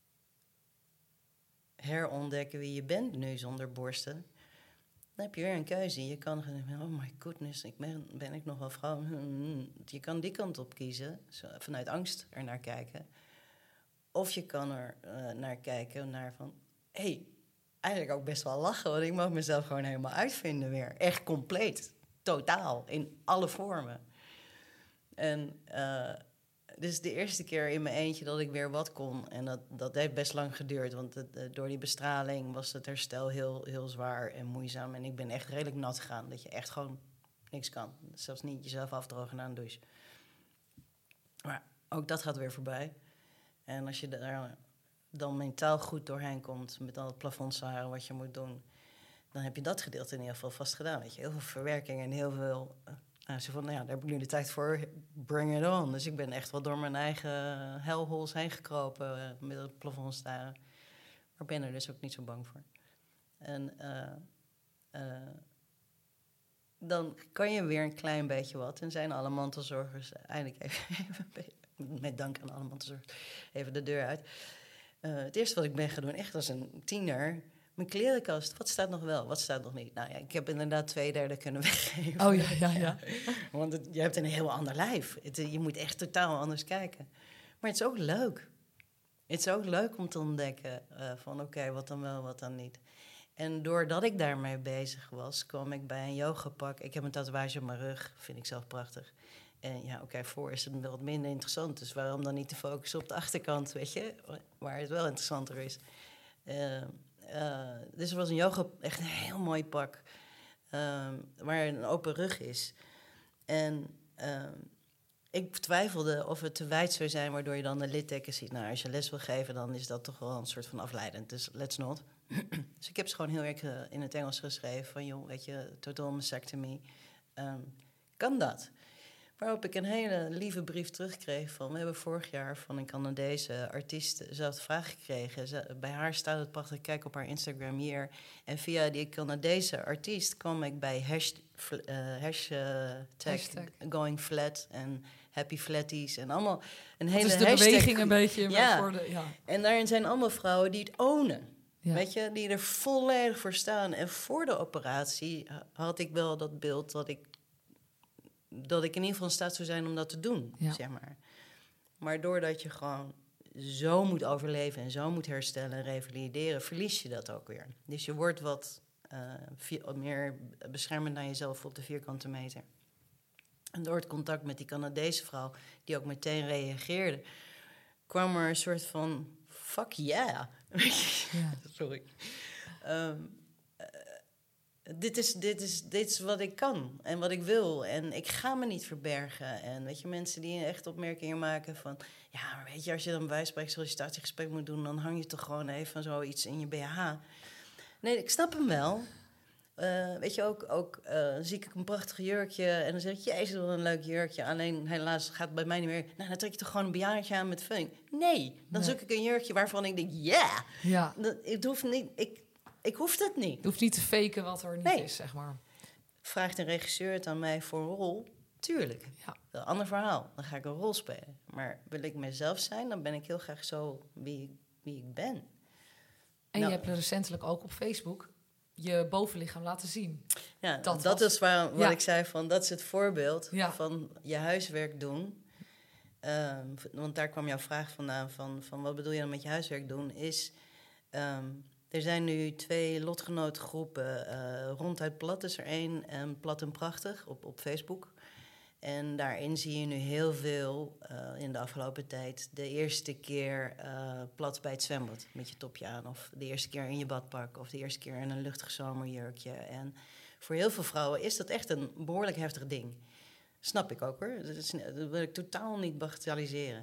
herontdekken wie je bent nu zonder borsten. Dan heb je weer een keuze. Je kan zeggen, oh my goodness, ik ben, ben ik nog wel vrouw? Je kan die kant op kiezen, zo, vanuit angst ernaar kijken. Of je kan er uh, naar kijken, naar van... hé, hey, eigenlijk ook best wel lachen, want ik mag mezelf gewoon helemaal uitvinden weer. Echt compleet, totaal, in alle vormen. En uh, dit is de eerste keer in mijn eentje dat ik weer wat kon. En dat, dat heeft best lang geduurd, want het, uh, door die bestraling was het herstel heel, heel zwaar en moeizaam. En ik ben echt redelijk nat gegaan, dat je echt gewoon niks kan. Zelfs niet jezelf afdrogen na een douche. Maar ook dat gaat weer voorbij. En als je daar dan mentaal goed doorheen komt met al het plafondsharen wat je moet doen, dan heb je dat gedeelte in ieder geval vast gedaan. Weet je, heel veel verwerking en heel veel. Uh, nou, zo van, nou ja, daar heb ik nu de tijd voor. Bring it on. Dus ik ben echt wel door mijn eigen hellholes heen gekropen uh, met het plafondstaren. Maar ben er dus ook niet zo bang voor. En uh, uh, dan kan je weer een klein beetje wat. En zijn alle mantelzorgers eindelijk even, even een beetje. Met dank aan allemaal te zorgen. Even de deur uit. Uh, het eerste wat ik ben gaan doen, echt als een tiener... mijn klerenkast, wat staat nog wel, wat staat nog niet? Nou ja, ik heb inderdaad twee derde kunnen weggeven. Oh ja, ja, ja. Want het, je hebt een heel ander lijf. Het, je moet echt totaal anders kijken. Maar het is ook leuk. Het is ook leuk om te ontdekken uh, van oké, okay, wat dan wel, wat dan niet. En doordat ik daarmee bezig was, kwam ik bij een yogapak. Ik heb een tatoeage op mijn rug, vind ik zelf prachtig. En ja, oké, okay, voor is het wel wat minder interessant. Dus waarom dan niet te focussen op de achterkant, weet je? Waar het wel interessanter is. Uh, uh, dus er was een yoga, echt een heel mooi pak. Uh, waar een open rug is. En uh, ik twijfelde of het te wijd zou zijn, waardoor je dan de littekens ziet. Nou, als je les wil geven, dan is dat toch wel een soort van afleidend. Dus let's not. Dus ik heb ze gewoon heel erg uh, in het Engels geschreven. Van joh, weet je, total mastectomy. Um, kan dat? Waarop ik een hele lieve brief terugkreeg van... We hebben vorig jaar van een Canadese artiest dezelfde vraag gekregen. Ze, bij haar staat het prachtig, kijk op haar Instagram hier. En via die Canadese artiest kwam ik bij hash, uh, hashtag, hashtag going flat en happy flatties en allemaal een hele hashtag. Dat is de hashtag. beweging een beetje. Ja. Voor de, ja. En daarin zijn allemaal vrouwen die het ownen. Ja. Weet je, die er volledig voor staan. En voor de operatie had ik wel dat beeld dat ik... dat ik in ieder geval in staat zou zijn om dat te doen, ja. zeg maar. Maar doordat je gewoon zo moet overleven en zo moet herstellen en revalideren, verlies je dat ook weer. Dus je wordt wat uh, vier, meer beschermend naar jezelf op de vierkante meter. En door het contact met die Canadese vrouw, die ook meteen reageerde, kwam er een soort van fuck yeah. ja. Sorry. Um, Dit is, dit, is, dit is wat ik kan en wat ik wil. En ik ga me niet verbergen. En weet je, mensen die echt opmerkingen maken van... ja, maar weet je, als je dan bij wijze van spreken sollicitatiegesprek moet doen... dan hang je toch gewoon even zoiets in je B H. Nee, ik snap hem wel. Uh, weet je, ook, ook uh, zie ik een prachtig jurkje... en dan zeg ik, jezus, wat een leuk jurkje. Alleen, helaas gaat het bij mij niet meer... nou, dan trek je toch gewoon een B H'tje aan met funk. Nee, dan nee. zoek ik een jurkje waarvan ik denk, yeah! Ja. Dat, het hoeft niet... Ik, Ik hoef dat niet. Je hoeft niet te faken wat er niet nee. is, zeg maar. Vraagt een regisseur het aan mij voor een rol? Tuurlijk. Ja. Een ander verhaal. Dan ga ik een rol spelen. Maar wil ik mezelf zijn, dan ben ik heel graag zo wie, wie ik ben. En nou, je hebt recentelijk ook op Facebook je bovenlichaam laten zien. Ja, dat, dat was, is waar, wat ja. ik zei van, dat is het voorbeeld ja. van je huiswerk doen. Um, want daar kwam jouw vraag vandaan van, van wat bedoel je dan met je huiswerk doen, is... Um, Er zijn nu twee lotgenotengroepen. Uh, Ronduit Plat is er één en Plat en Prachtig op, op Facebook. En daarin zie je nu heel veel uh, in de afgelopen tijd. De eerste keer uh, plat bij het zwembad met je topje aan. Of de eerste keer in je badpak. Of de eerste keer in een luchtig zomerjurkje. En voor heel veel vrouwen is dat echt een behoorlijk heftig ding. Snap ik ook hoor. Dat, is, dat wil ik totaal niet bagatelliseren.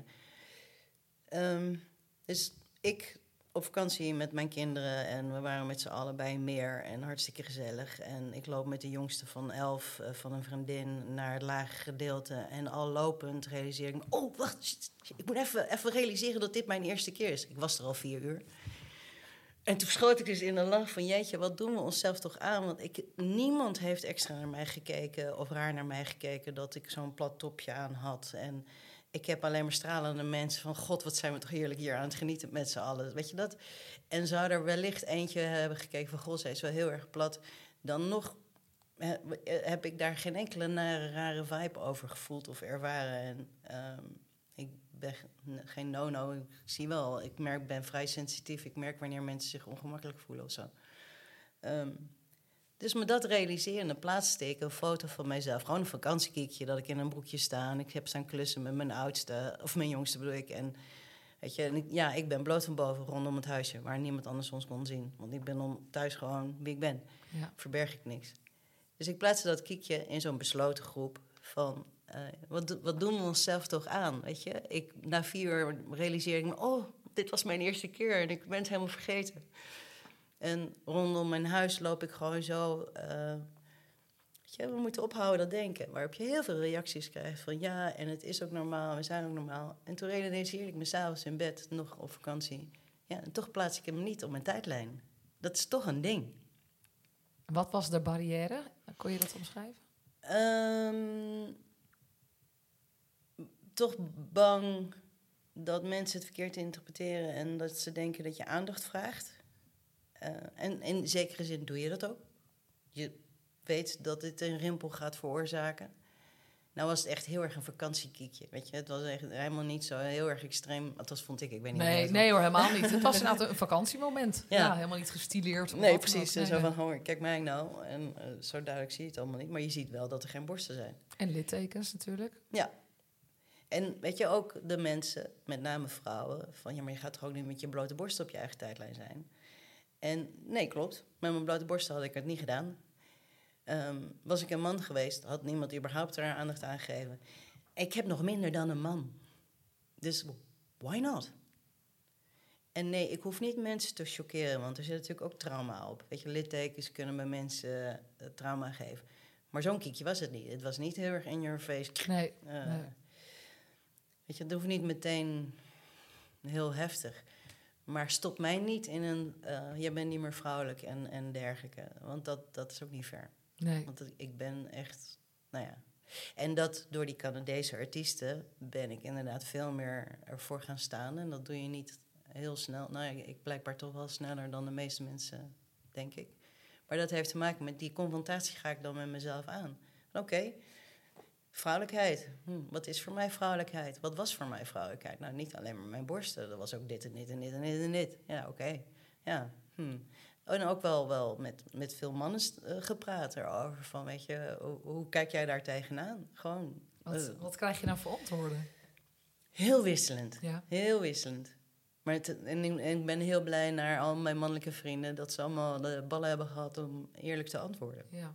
Um, dus ik... op vakantie met mijn kinderen en we waren met z'n allen bij een meer en hartstikke gezellig. En ik loop met de jongste van elf uh, van een vriendin naar het lage gedeelte en al lopend realiseer ik me... oh, wacht, ik moet even, even realiseren dat dit mijn eerste keer is. Ik was er al vier uur. En toen schoot ik dus in een lach van jeetje, wat doen we onszelf toch aan? Want ik, niemand heeft extra naar mij gekeken of raar naar mij gekeken dat ik zo'n plat topje aan had. En... ik heb alleen maar stralende mensen van... god, wat zijn we toch heerlijk hier aan het genieten met z'n allen. Weet je dat? En zou er wellicht eentje hebben gekeken van... god, zij is wel heel erg plat. Dan nog heb ik daar geen enkele nare, rare vibe over gevoeld of ervaren. En um, ik ben geen no-no. Ik zie wel, ik merk, ben vrij sensitief. Ik merk wanneer mensen zich ongemakkelijk voelen of zo. Um, Dus me dat realiseren, in de plaats steken, een foto van mijzelf. Gewoon een vakantiekiekje, dat ik in een broekje sta. En ik heb staan klussen met mijn oudste, of mijn jongste bedoel ik. En weet je, en ik, ja, ik ben bloot van boven rondom het huisje, waar niemand anders ons kon zien. Want ik ben om thuis gewoon wie ik ben. Ja. Verberg ik niks. Dus ik plaatste dat kiekje in zo'n besloten groep van... Uh, wat, wat doen we onszelf toch aan, weet je? Ik, na vier uur realiseer ik me, oh, dit was mijn eerste keer en ik ben het helemaal vergeten. En rondom mijn huis loop ik gewoon zo... Uh, weet je, we moeten ophouden dat denken. Waarop je heel veel reacties krijgt van... ja, en het is ook normaal, we zijn ook normaal. En toen realiseerde ik me s'avonds in bed, nog op vakantie... ja, en toch plaats ik hem niet op mijn tijdlijn. Dat is toch een ding. Wat was de barrière? Kon je dat omschrijven? Um, toch bang dat mensen het verkeerd interpreteren... en dat ze denken dat je aandacht vraagt... Uh, en in zekere zin doe je dat ook. Je weet dat dit een rimpel gaat veroorzaken. Nou was het echt heel erg een vakantiekiekje, weet je. Het was echt helemaal niet zo heel erg extreem. Althans vond ik, ik weet niet Nee, hoe nee hoor, helemaal niet. Het was inderdaad een vakantiemoment. Ja, ja helemaal niet gestileerd. Of nee, wat precies. dan ook. Nee, Nee, zo van, oh, kijk mij nou. En uh, zo duidelijk zie je het allemaal niet. Maar je ziet wel dat er geen borsten zijn. En littekens natuurlijk. Ja. En weet je, ook de mensen, met name vrouwen... van ja, maar je gaat toch ook niet met je blote borst op je eigen tijdlijn zijn? En nee, klopt. Met mijn blote borsten had ik het niet gedaan. Um, was ik een man geweest, had niemand überhaupt er aandacht aan gegeven. Ik heb nog minder dan een man. Dus why not? En nee, ik hoef niet mensen te choqueren, want er zit natuurlijk ook trauma op. Weet je, littekens kunnen bij mensen uh, trauma geven. Maar zo'n kiekje was het niet. Het was niet heel erg in your face. Nee, uh, nee. Weet je, het hoeft niet meteen heel heftig. Maar stop mij niet in een... Uh, je bent niet meer vrouwelijk en, en dergelijke. Want dat, dat is ook niet fair. Nee. Want ik ben echt... Nou ja. En dat door die Canadese artiesten ben ik inderdaad veel meer ervoor gaan staan. En dat doe je niet heel snel. Nou ja, ik blijkbaar toch wel sneller dan de meeste mensen, denk ik. Maar dat heeft te maken met die confrontatie ga ik dan met mezelf aan. Oké, okay, vrouwelijkheid. Hm, wat is voor mij vrouwelijkheid? Wat was voor mij vrouwelijkheid? Nou, niet alleen maar mijn borsten. Dat was ook dit en dit en dit en dit en dit. Ja, oké. Okay. Ja, hm. En ook wel, wel met, met veel mannen uh, gepraat erover. Van, weet je, hoe, hoe kijk jij daar tegenaan? Gewoon. Wat, uh, wat krijg je nou voor antwoorden? Heel wisselend. Ja. Heel wisselend. Maar het, en, en ik ben heel blij naar al mijn mannelijke vrienden... dat ze allemaal de ballen hebben gehad om eerlijk te antwoorden. Ja.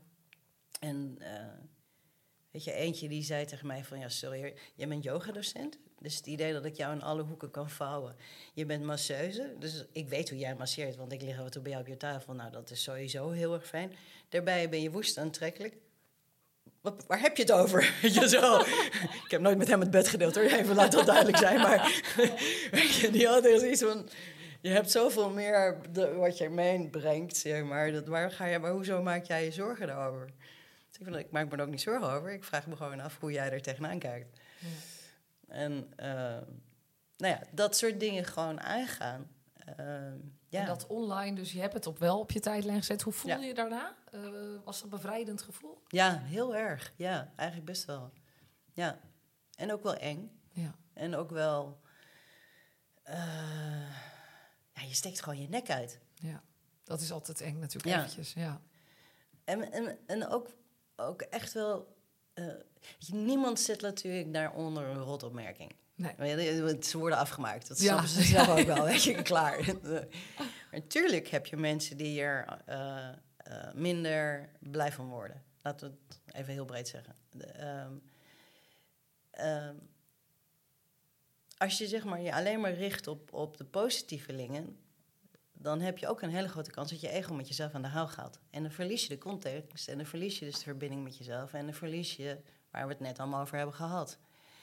En uh, weet je, eentje die zei tegen mij van... ja, sorry, jij bent yogadocent. Dus het idee dat ik jou in alle hoeken kan vouwen. Je bent masseuse, dus ik weet hoe jij masseert... want ik lig af en toe bij jou op je tafel. Nou, dat is sowieso heel erg fijn. Daarbij ben je woest aantrekkelijk. Wat, waar heb je het over? je zo. Ik heb nooit met hem het bed gedeeld, hoor. Even laat dat duidelijk zijn. Maar weet je, die had er iets van... Je hebt zoveel meer de, wat je meebrengt, zeg maar. Dat, waar ga je, maar hoezo maak jij je zorgen daarover? Dus ik, van, ik maak me er ook niet zorgen over. Ik vraag me gewoon af hoe jij er tegenaan kijkt. Ja. En uh, nou ja, dat soort dingen gewoon aangaan. Uh, ja. En dat online, dus je hebt het op wel op je tijdlijn gezet. Hoe voelde ja. je daarna? Uh, was dat een bevrijdend gevoel? Ja, heel erg. Ja, eigenlijk best wel. Ja. En ook wel eng. Ja. En ook wel... Uh, ja, je steekt gewoon je nek uit. Ja, dat is altijd eng natuurlijk, ja. eventjes. Ja. En, en, en ook, ook echt wel... Uh, niemand zet natuurlijk daaronder een rotopmerking. Nee. Ze worden afgemaakt. Dat snappen ja. ze zelf ook wel. Weet je, klaar. Maar natuurlijk heb je mensen die er uh, uh, minder blij van worden. Laten we het even heel breed zeggen. De, um, um, als je zeg maar, je alleen maar richt op, op de positievelingen... dan heb je ook een hele grote kans dat je ego met jezelf aan de haal gaat. En dan verlies je de context en dan verlies je dus de verbinding met jezelf... en dan verlies je waar we het net allemaal over hebben gehad.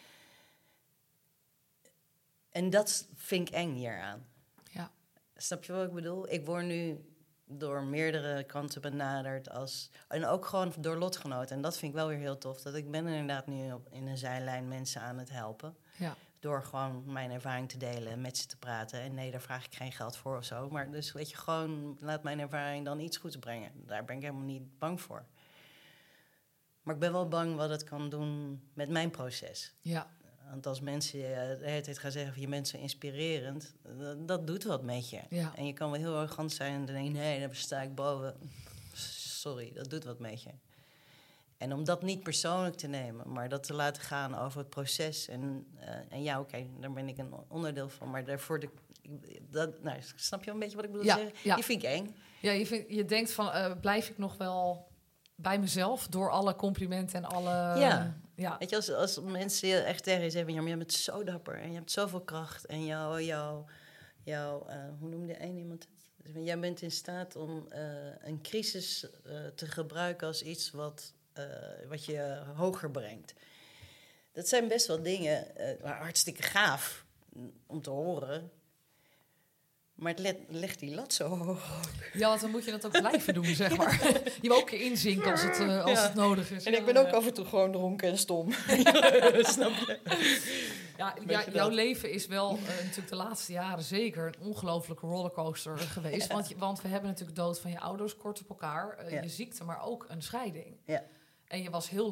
En dat vind ik eng hieraan. Ja. Snap je wat ik bedoel? Ik word nu door meerdere kanten benaderd als... en ook gewoon door lotgenoten. En dat vind ik wel weer heel tof. Dat ik ben inderdaad nu op, in een zijlijn mensen aan het helpen. Ja. Door gewoon mijn ervaring te delen en met ze te praten. En nee, daar vraag ik geen geld voor of zo. Maar dus weet je, gewoon laat mijn ervaring dan iets goeds brengen. Daar ben ik helemaal niet bang voor. Maar ik ben wel bang wat het kan doen met mijn proces. Ja. Want als mensen de hele tijd gaan zeggen van je bent zo inspirerend, dat, dat doet wat met je. Ja. En je kan wel heel arrogant zijn en dan denk je, nee, daar sta ik boven. Sorry, dat doet wat met je. En om dat niet persoonlijk te nemen, maar dat te laten gaan over het proces. En, uh, en ja, oké, okay, daar ben ik een onderdeel van. Maar daarvoor, de, dat, nou, snap je een beetje wat ik bedoel ja, te zeggen? Ja. Die vind ik eng. Ja, je, vind, je denkt van, uh, blijf ik nog wel bij mezelf door alle complimenten en alle... Ja. Ja. Weet je, als, als mensen echt tegen je zeggen... Ja, maar je bent zo dapper en je hebt zoveel kracht... en jouw, jouw, jouw uh, hoe noemde een iemand het? Dus jij bent in staat om uh, een crisis uh, te gebruiken... als iets wat, uh, wat je hoger brengt. Dat zijn best wel dingen, uh, hartstikke gaaf om te horen... Maar het let, legt die lat zo hoog. Ja, want dan moet je dat ook blijven doen, zeg maar. Je moet ook een keer inzinken als het, uh, als ja. het nodig is. En ik ben ook af en toe gewoon dronken en stom. Snap je? Ja, ja, jouw leven is wel uh, natuurlijk de laatste jaren zeker een ongelofelijke rollercoaster geweest. Ja. Want, want we hebben natuurlijk dood van je ouders kort op elkaar. Uh, ja. Je ziekte, maar ook een scheiding. Ja. En je was heel lang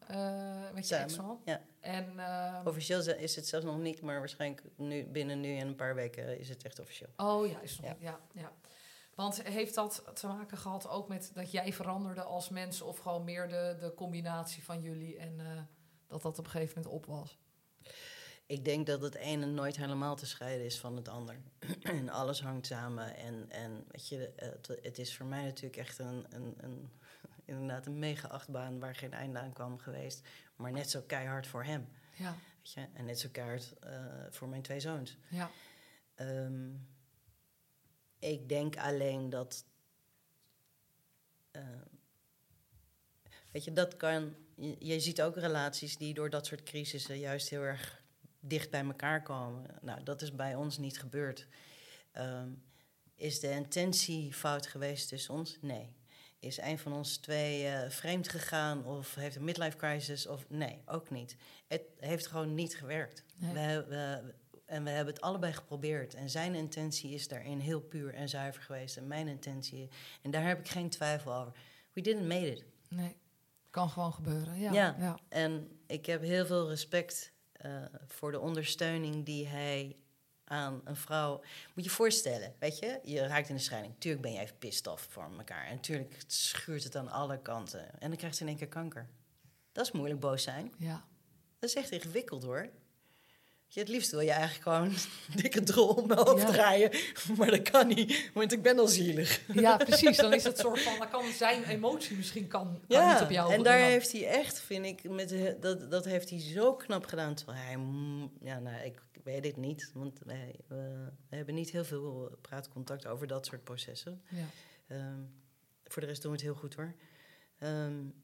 uh, met je Samen, ex-man. Ja. En, uh, officieel is het zelfs nog niet, maar waarschijnlijk nu, binnen nu en een paar weken is het echt officieel. Oh ja, is nog ja. niet, ja, ja. Want heeft dat te maken gehad ook met dat jij veranderde als mens... of gewoon meer de, de combinatie van jullie en uh, dat dat op een gegeven moment op was? Ik denk dat het ene nooit helemaal te scheiden is van het ander. En alles hangt samen. En, en weet je, het, het is voor mij natuurlijk echt een, een, een, inderdaad een mega achtbaan... waar geen einde aan kwam geweest. Maar net zo keihard voor hem. Ja. Weet je? En net zo keihard uh, voor mijn twee zoons. Ja. Um, ik denk alleen dat... Uh, weet je, dat kan... Je, je ziet ook relaties die door dat soort crisissen juist heel erg... dicht bij elkaar komen. Nou, dat is bij ons niet gebeurd. Um, is de intentie fout geweest tussen ons? Nee. Is een van ons twee uh, vreemd gegaan of heeft een midlife crisis? Of nee, ook niet. Het heeft gewoon niet gewerkt. Nee. We, we, en we hebben het allebei geprobeerd. En zijn intentie is daarin heel puur en zuiver geweest. En mijn intentie... En daar heb ik geen twijfel over. We didn't make it. Nee, kan gewoon gebeuren. Ja, ja. ja. En ik heb heel veel respect... Uh, voor de ondersteuning die hij aan een vrouw... Moet je je voorstellen, weet je? Je raakt in de scheiding. Tuurlijk ben je even pissed off voor elkaar. En natuurlijk schuurt het aan alle kanten. En dan krijgt ze in één keer kanker. Dat is moeilijk boos zijn. Ja. Dat is echt ingewikkeld, hoor. Je, het liefst wil je eigenlijk gewoon dikke drol om mijn hoofd ja. draaien. Maar dat kan niet, want ik ben al zielig. Ja, precies. Dan is het soort van... Dan kan zijn emotie misschien kan, kan ja, niet op jou... en daar ja. heeft hij echt, vind ik... Met, dat, dat heeft hij zo knap gedaan. Terwijl hij... Ja, nou, ik weet het niet. Want wij, we, we hebben niet heel veel praatcontact over dat soort processen. Ja. Um, voor de rest doen we het heel goed, hoor. Um,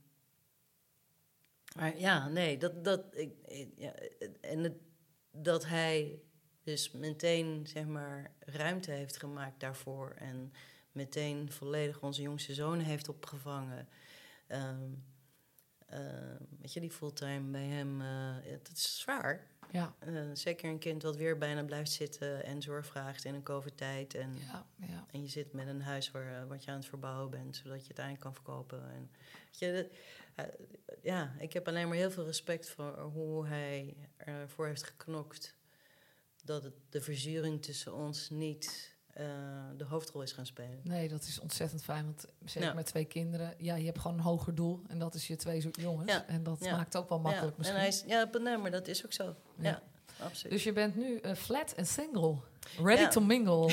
maar ja, nee, dat... dat ik, ja, en het... dat hij dus meteen, zeg maar, ruimte heeft gemaakt daarvoor... en meteen volledig onze jongste zoon heeft opgevangen. Um, uh, weet je, die fulltime bij hem, uh, het is zwaar. Ja. Uh, zeker een kind wat weer bijna blijft zitten en zorg vraagt in een covid-tijd. En, ja, ja. en je zit met een huis waar, wat je aan het verbouwen bent... zodat je het eindelijk kan verkopen. En, weet je, dat, uh, ja, ik heb alleen maar heel veel respect voor hoe hij ervoor heeft geknokt... dat het, de verzuring tussen ons niet uh, de hoofdrol is gaan spelen. Nee, dat is ontzettend fijn. Want zeker ja. met twee kinderen... Ja, je hebt gewoon een hoger doel. En dat is je twee jongens. Ja. En dat ja. maakt ook wel makkelijk ja. misschien. En hij is, ja, nee, maar dat is ook zo. Ja, ja absoluut. Dus je bent nu uh, flat en single. Ready ja. to mingle.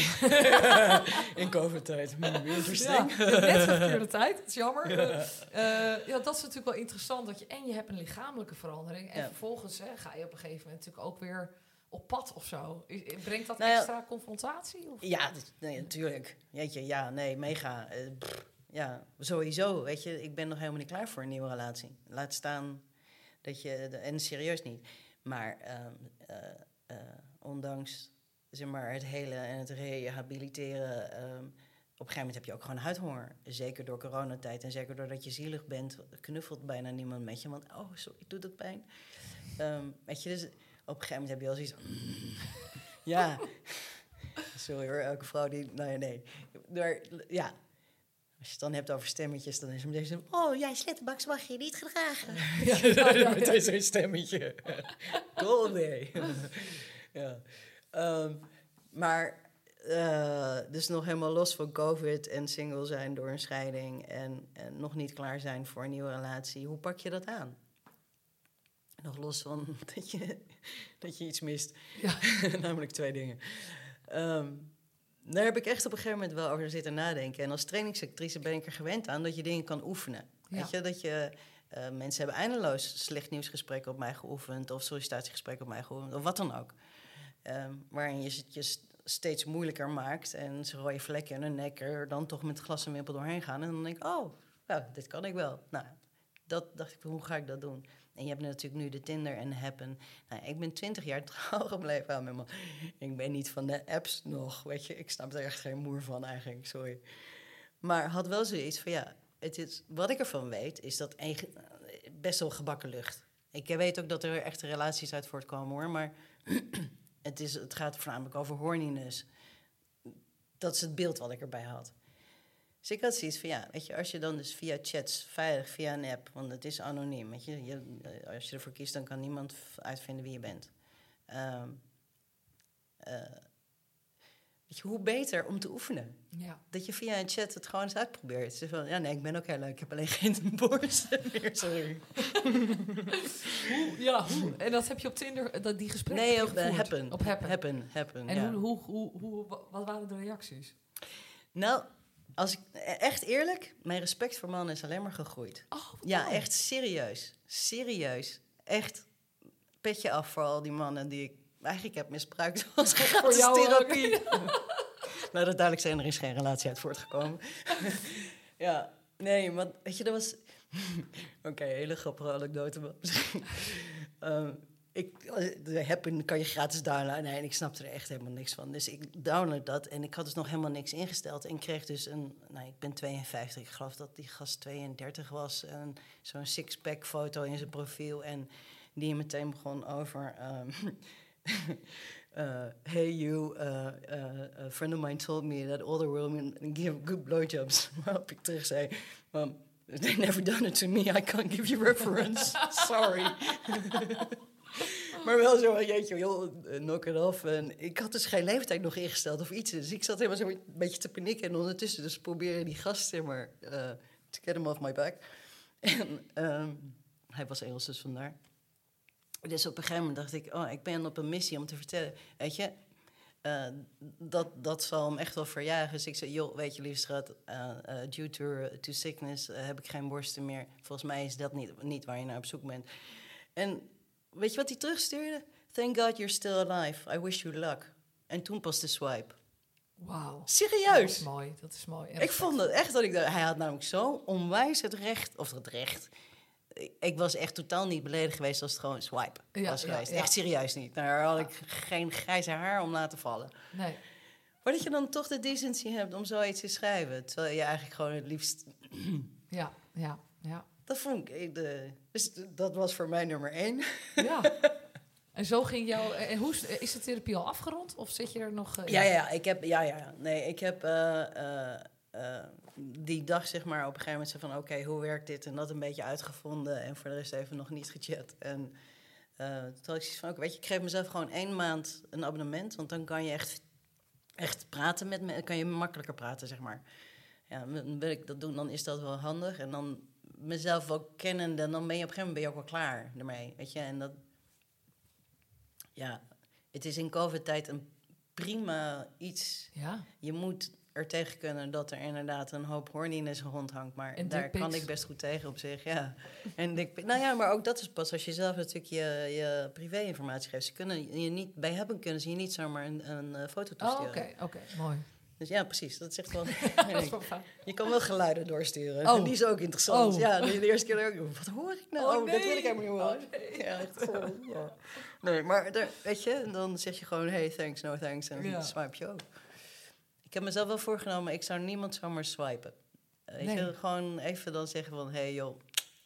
In covid-tijd. Interesting. Ja, net de verkeerde tijd. Het is jammer. Uh, uh, ja, dat is natuurlijk wel interessant. Dat je, en je hebt een lichamelijke verandering. En ja. vervolgens hè, ga je op een gegeven moment natuurlijk ook weer... op pad of zo. Brengt dat nou ja, extra confrontatie? Of? Ja, nee, natuurlijk. Weet je, ja, nee, mega. Uh, pff, ja, sowieso. Weet je, ik ben nog helemaal niet klaar voor een nieuwe relatie. Laat staan dat je... En serieus niet. Maar um, uh, uh, ondanks zeg maar, het hele en het rehabiliteren... Um, op een gegeven moment heb je ook gewoon huidhonger. Zeker door coronatijd en zeker doordat je zielig bent... knuffelt bijna niemand met je. Want, oh, sorry, doet het pijn? Um, weet je, dus... Op een gegeven moment heb je al zoiets van... ja. Sorry hoor, elke vrouw die... Nee, nee. Maar ja. Als je het dan hebt over stemmetjes, dan is het meteen zo... Oh, jij slettenbaks mag je niet gedragen. Ja, ja, ja, meteen zo'n stemmetje. Cool, nee. ja. Um, maar... Uh, dus nog helemaal los van COVID en single zijn door een scheiding... En, en nog niet klaar zijn voor een nieuwe relatie. Hoe pak je dat aan? Nog los van dat je, dat je iets mist. Ja. Namelijk twee dingen. Um, daar heb ik echt op een gegeven moment wel over zitten nadenken. En als trainingsactrice ben ik er gewend aan dat je dingen kan oefenen. Ja. Weet je, dat je... Uh, mensen hebben eindeloos slecht nieuwsgesprekken op mij geoefend... of sollicitatiegesprekken op mij geoefend, of wat dan ook. Um, waarin je het je steeds moeilijker maakt... en ze rode vlekken in hun nek er dan toch met glas en wimpel doorheen gaan. En dan denk ik, oh, nou, dit kan ik wel. Nou, dat dacht ik, hoe ga ik dat doen? En je hebt natuurlijk nu de Tinder en de Happen. Nou, ik ben twintig jaar trouw gebleven aan mijn man. Ik ben niet van de apps nog, weet je. Ik snap er echt geen moer van eigenlijk, sorry. Maar had wel zoiets van, ja... Het is, wat ik ervan weet, is dat eigen, best wel gebakken lucht. Ik weet ook dat er echte relaties uit voortkomen, hoor. Maar het, is, het gaat voornamelijk over horniness. Dat is het beeld wat ik erbij had. Dus ik had zoiets van, ja, weet je, als je dan dus via chats, veilig via een app, want het is anoniem, weet je, je als je ervoor kiest, dan kan niemand uitvinden wie je bent. Um, uh, weet je, hoe beter om te oefenen? Ja. Dat je via een chat het gewoon eens uitprobeert. Dus van, ja, nee, ik ben ook heel leuk, ik heb alleen geen borsten meer, sorry. hoe, ja, hoe? En dat heb je op Tinder, dat, die gesprekken Nee, op uh, Happen. Op Happen. Happen, Happen, En ja. hoe, hoe, hoe, hoe, wat waren de reacties? Nou, als ik echt eerlijk, mijn respect voor mannen is alleen maar gegroeid. Oh, ja, mooi. echt serieus. Serieus. Echt petje af voor al die mannen die ik eigenlijk heb misbruikt als gratis therapie. Nou, dat duidelijk zijn, er is geen relatie uit voortgekomen. Ja, nee, maar weet je, dat was... Oké, okay, hele grappige anekdote, maar misschien... um, Ik heb een, kan je gratis downloaden. Nee, en ik snapte er echt helemaal niks van. Dus ik download dat en ik had dus nog helemaal niks ingesteld. En kreeg dus een... Nou, ik ben tweeënvijftig. Ik geloof dat die gast tweeëndertig was. En zo'n six-pack foto in zijn profiel. En die meteen begon over... Um, uh, hey you, uh, uh, a friend of mine told me that older women give good blowjobs. Waarop ik terug zei... Um, they never done it to me. I can't give you reference. Sorry. Maar wel zo, jeetje, joh, knock it off. En ik had dus geen leeftijd nog ingesteld of iets. Dus ik zat helemaal zo een beetje te panieken. En ondertussen dus probeerde die gast, zeg maar, uh, to get him off my back. En um, hij was Engels, dus vandaar. Dus op een gegeven moment dacht ik, oh, ik ben op een missie om te vertellen. Weet je, uh, dat, dat zal hem echt wel verjagen. Dus ik zei, joh, weet je, lieve schat, uh, uh, due to, to sickness uh, heb ik geen borsten meer. Volgens mij is dat niet, niet waar je naar op zoek bent. En... Weet je wat hij terugstuurde? Thank God you're still alive. I wish you luck. En toen pas de swipe. Wauw. Serieus? Dat is mooi, dat is mooi. Ik vond het echt dat ik... Hij had namelijk zo onwijs het recht... Of het recht... Ik was echt totaal niet beledigd geweest als het gewoon swipe ja, was geweest. Ja, ja. Echt serieus niet. Daar had ik geen grijze haar om laten vallen. Nee. Maar dat je dan toch de decency hebt om zoiets te schrijven. Terwijl je eigenlijk gewoon het liefst... Ja, ja, ja. Dat vond ik... De, dus dat was voor mij nummer één. Ja. En zo ging jouw... En hoe is, is de therapie al afgerond? Of zit je er nog... Uh, ja, ja, ik heb... Ja, ja, nee, ik heb... Uh, uh, uh, die dag, zeg maar, op een gegeven moment zei van... Oké, okay, hoe werkt dit? En dat een beetje uitgevonden. En voor de rest even nog niet gechat. En uh, toen had ik zoiets van... Okay, weet je, ik geef mezelf gewoon één maand een abonnement. Want dan kan je echt, echt praten met me. Kan je makkelijker praten, zeg maar. Ja, wil ik dat doen, dan is dat wel handig. En dan mezelf ook kennen. En dan ben je op een gegeven moment ben je ook wel klaar ermee. Weet je, en dat... Ja, het is in COVID-tijd een prima iets. Ja. Je moet er tegen kunnen dat er inderdaad een hoop horniness rondhangt. Maar en daar kan ik best goed tegen op zich, ja. En dik, nou ja, maar ook dat is pas als je zelf natuurlijk je, je privé-informatie geeft. Ze kunnen je niet, bij hebben kunnen ze je niet zomaar een, een foto toesturen. Oh, oké, okay, oké, okay, mooi. Dus ja, precies. Dat is echt wel... dat is wel fijn. Je kan wel geluiden doorsturen. Oh. En die is ook interessant. Oh. Ja, de, de eerste keer... Ook, wat hoor ik nou? Oh, oh nee. Dat wil ik helemaal niet horen. Oh, nee. Ja, echt zo. Ja. Nee, maar daar, weet je, dan zeg je gewoon... Hey, thanks, no thanks. En dan ja. swipe je ook. Ik heb mezelf wel voorgenomen... Ik zou niemand zomaar swipen. Weet nee. je, gewoon even dan zeggen van... Hey, joh...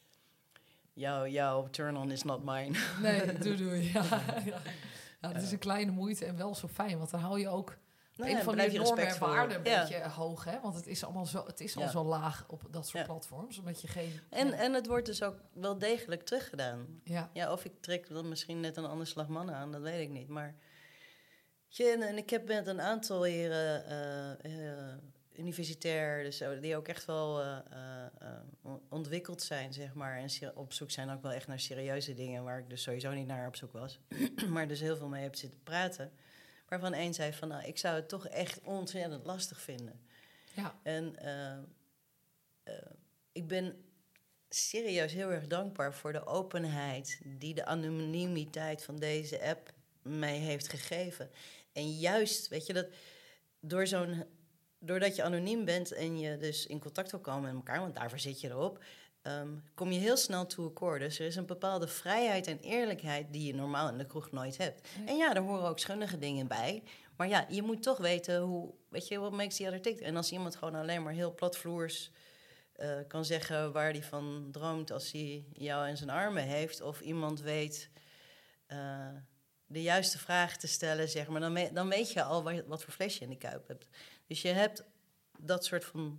Jouw, jouw turn-on is not mine. Nee, doe, doe. Ja, ja. Nou, dat is een kleine moeite en wel zo fijn. Want dan hou je ook... Nou een ja, van die normen en waarden een ja. beetje hoog, hè? Want het is allemaal zo, het is al ja. zo laag op dat soort ja. platforms, omdat je geen... En, ja. en het wordt dus ook wel degelijk teruggedaan. Ja. Ja, of ik trek dan misschien net een ander slag mannen aan, dat weet ik niet. Maar je, en, en ik heb met een aantal heren uh, uh, universitair, dus die ook echt wel uh, uh, ontwikkeld zijn, zeg maar. En op zoek zijn ook wel echt naar serieuze dingen, waar ik dus sowieso niet naar op zoek was. Maar dus heel veel mee heb zitten praten. Waarvan één zei van, nou, ik zou het toch echt ontzettend lastig vinden. Ja. En uh, uh, ik ben serieus heel erg dankbaar voor de openheid... die de anonimiteit van deze app mij heeft gegeven. En juist, weet je, dat door zo'n, doordat je anoniem bent... en je dus in contact wil komen met elkaar, want daarvoor zit je erop... Um, kom je heel snel to accord. Dus er is een bepaalde vrijheid en eerlijkheid... die je normaal in de kroeg nooit hebt. Nee. En ja, er horen ook schunnige dingen bij. Maar ja, je moet toch weten hoe... Weet je, what makes the other tick? En als iemand gewoon alleen maar heel platvloers... Uh, kan zeggen waar hij van droomt... als hij jou in zijn armen heeft... of iemand weet uh, de juiste vraag te stellen... zeg maar, dan, me, dan weet je al wat, wat voor vlees je in de kuip hebt. Dus je hebt dat soort van...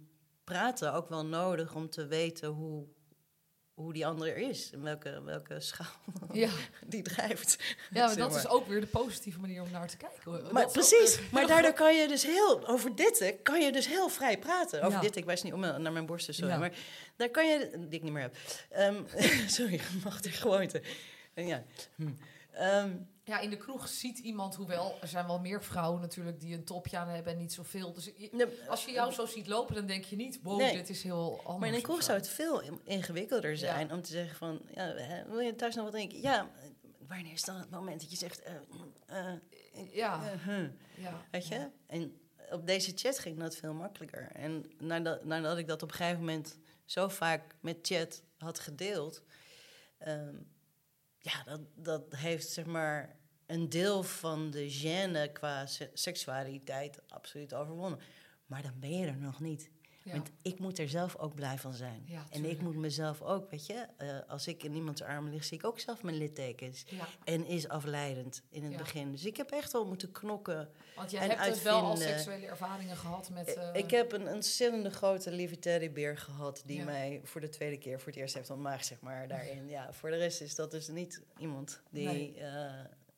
praten ook wel nodig om te weten hoe, hoe die ander is. En welke, welke schaal ja. die drijft. Ja, maar dat maar. is ook weer de positieve manier om naar te kijken. Maar precies, ook, maar daardoor kan je dus heel... Over dit kan je dus heel vrij praten. Over ja. dit, ik wijs niet om naar mijn borsten, sorry. Ja. Maar daar kan je... Die ik niet meer heb. Um, sorry, machtig gewoonte. En ja... Hm. Um, ja, in de kroeg ziet iemand, hoewel er zijn wel meer vrouwen natuurlijk die een topje aan hebben en niet zoveel. Dus je, als je jou zo ziet lopen, dan denk je niet, wow, nee. dit is heel anders. Maar in een kroeg zou het veel ingewikkelder zijn ja. om te zeggen van, ja, wil je thuis nog wat drinken? Ja, wanneer is dan het moment dat je zegt, uh, uh, ja. Uh, huh. ja. Weet je? Ja. En op deze chat ging dat veel makkelijker. En nadat, nadat ik dat op een gegeven moment zo vaak met chat had gedeeld, um, ja, dat, dat heeft zeg maar een deel van de gêne qua se- seksualiteit absoluut overwonnen. Maar dan ben je er nog niet. Ja. Want ik moet er zelf ook blij van zijn. Ja, en ik moet mezelf ook, weet je... Uh, als ik in iemands armen lig, zie ik ook zelf mijn littekens. Ja. En is afleidend in het ja. begin. Dus ik heb echt wel moeten knokken. Want jij hebt dus wel al seksuele ervaringen gehad met... Uh... Ik heb een ontzettende grote lieve teddybeer gehad... die ja. mij voor de tweede keer voor het eerst heeft ontmaagd, zeg maar, daarin. Ja, voor de rest is dat dus niet iemand die... Nee. Uh,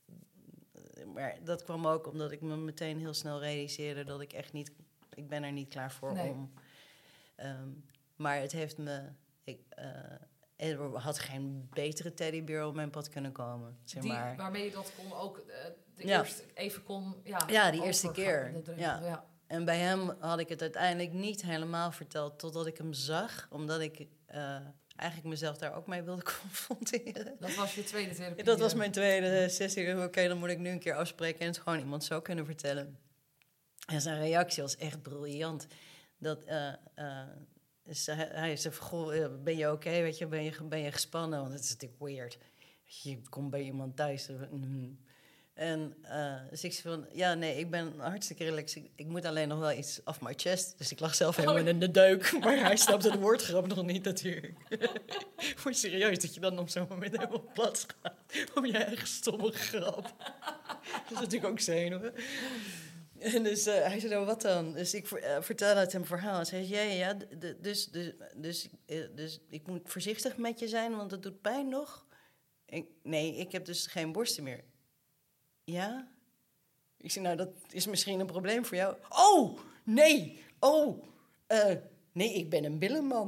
maar dat kwam ook omdat ik me meteen heel snel realiseerde... dat ik echt niet... Ik ben er niet klaar voor nee. om... Um, maar het heeft me... Ik, uh, er had geen betere teddybeer op mijn pad kunnen komen. Zeg die, maar. Waarmee je dat kon ook... Uh, de ja. eerste even kon... Ja, ja die eerste keer. Ja. Ja. En bij hem had ik het uiteindelijk niet helemaal verteld... totdat ik hem zag. Omdat ik uh, eigenlijk mezelf daar ook mee wilde confronteren. Dat was je tweede therapie? Dat was mijn tweede sessie. Oké, okay, dan moet ik nu een keer afspreken... en het gewoon iemand zo kunnen vertellen. En zijn reactie was echt briljant... Dat, uh, uh, is, hij, hij zei van, goh, ben je oké, okay, weet je, ben je, ben je gespannen? Want het is natuurlijk weird. Je komt bij iemand thuis. Mm. En uh, dus ik zei van, ja, nee, ik ben hartstikke relaxed. Ik, ik moet alleen nog wel iets off my chest. Dus ik lag zelf helemaal oh. in de deuk. Maar hij snapte de woordgrap nog niet natuurlijk. Voor serieus, dat je dan op zo'n moment helemaal plat gaat. Om je eigen stomme grap. Dat is natuurlijk ook zenuwen. En dus uh, hij zei, nou, wat dan? Dus ik uh, vertelde het hem verhaal. Hij zei, ja, ja, ja, d- dus, dus, dus, uh, dus ik moet voorzichtig met je zijn, want het doet pijn nog. Ik, nee, ik heb dus geen borsten meer. Ja? Ik zei, nou, dat is misschien een probleem voor jou. Oh, nee, oh, uh, nee, ik ben een billenman.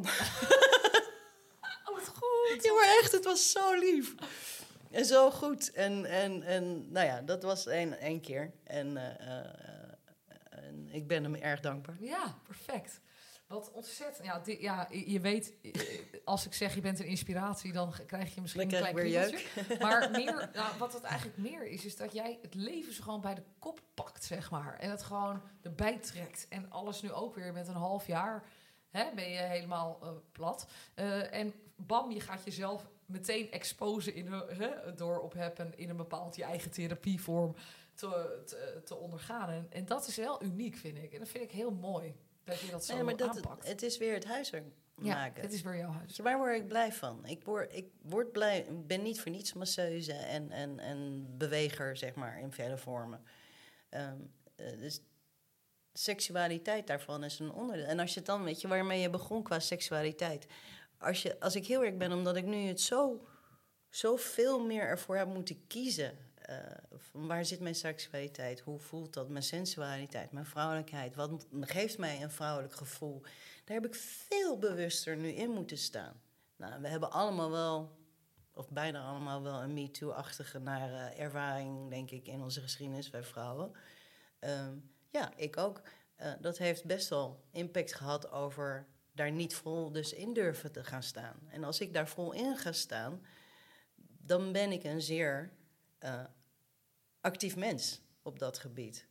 Oh, wat goed. Ja, maar echt, het was zo lief. En zo goed. En, en, en nou ja, dat was één, één keer. En... Uh, uh, En ik ben hem erg dankbaar. Ja, perfect. Wat ontzettend... Ja, die, ja, je weet, als ik zeg je bent een inspiratie... dan krijg je misschien dan een klein kriebeltje. Maar meer, nou, wat het eigenlijk meer is... is dat jij het leven zo gewoon bij de kop pakt, zeg maar. En het gewoon erbij trekt. En alles nu ook weer met een half jaar... Hè, ben je helemaal uh, plat. Uh, en bam, je gaat jezelf meteen exposen... In een, hè, door op hebben in een bepaald je eigen therapievorm... Te, te, te ondergaan. En, en dat is wel uniek, vind ik. En dat vind ik heel mooi, dat je dat zo nee, maar dat, aanpakt. Het is weer het huiswerk maken. Ja, het is weer jouw huis. Waar word ik blij van? Ik, word, ik word blij, ben niet voor niets masseuse en, en, en beweger, zeg maar, in vele vormen. Um, uh, dus seksualiteit daarvan is een onderdeel. En als je het dan, weet je, waarmee je begon qua seksualiteit. Als, je, als ik heel erg ben, omdat ik nu het zo, zo veel meer ervoor heb moeten kiezen... Uh, waar zit mijn seksualiteit? Hoe voelt dat? Mijn sensualiteit, mijn vrouwelijkheid. Wat geeft mij een vrouwelijk gevoel? Daar heb ik veel bewuster nu in moeten staan. Nou, we hebben allemaal wel, of bijna allemaal wel... een MeToo-achtige nare ervaring, denk ik, in onze geschiedenis, wij vrouwen. Um, ja, ik ook. Uh, dat heeft best wel impact gehad over daar niet vol dus in durven te gaan staan. En als ik daar vol in ga staan, dan ben ik een zeer... Uh, actief mens op dat gebied.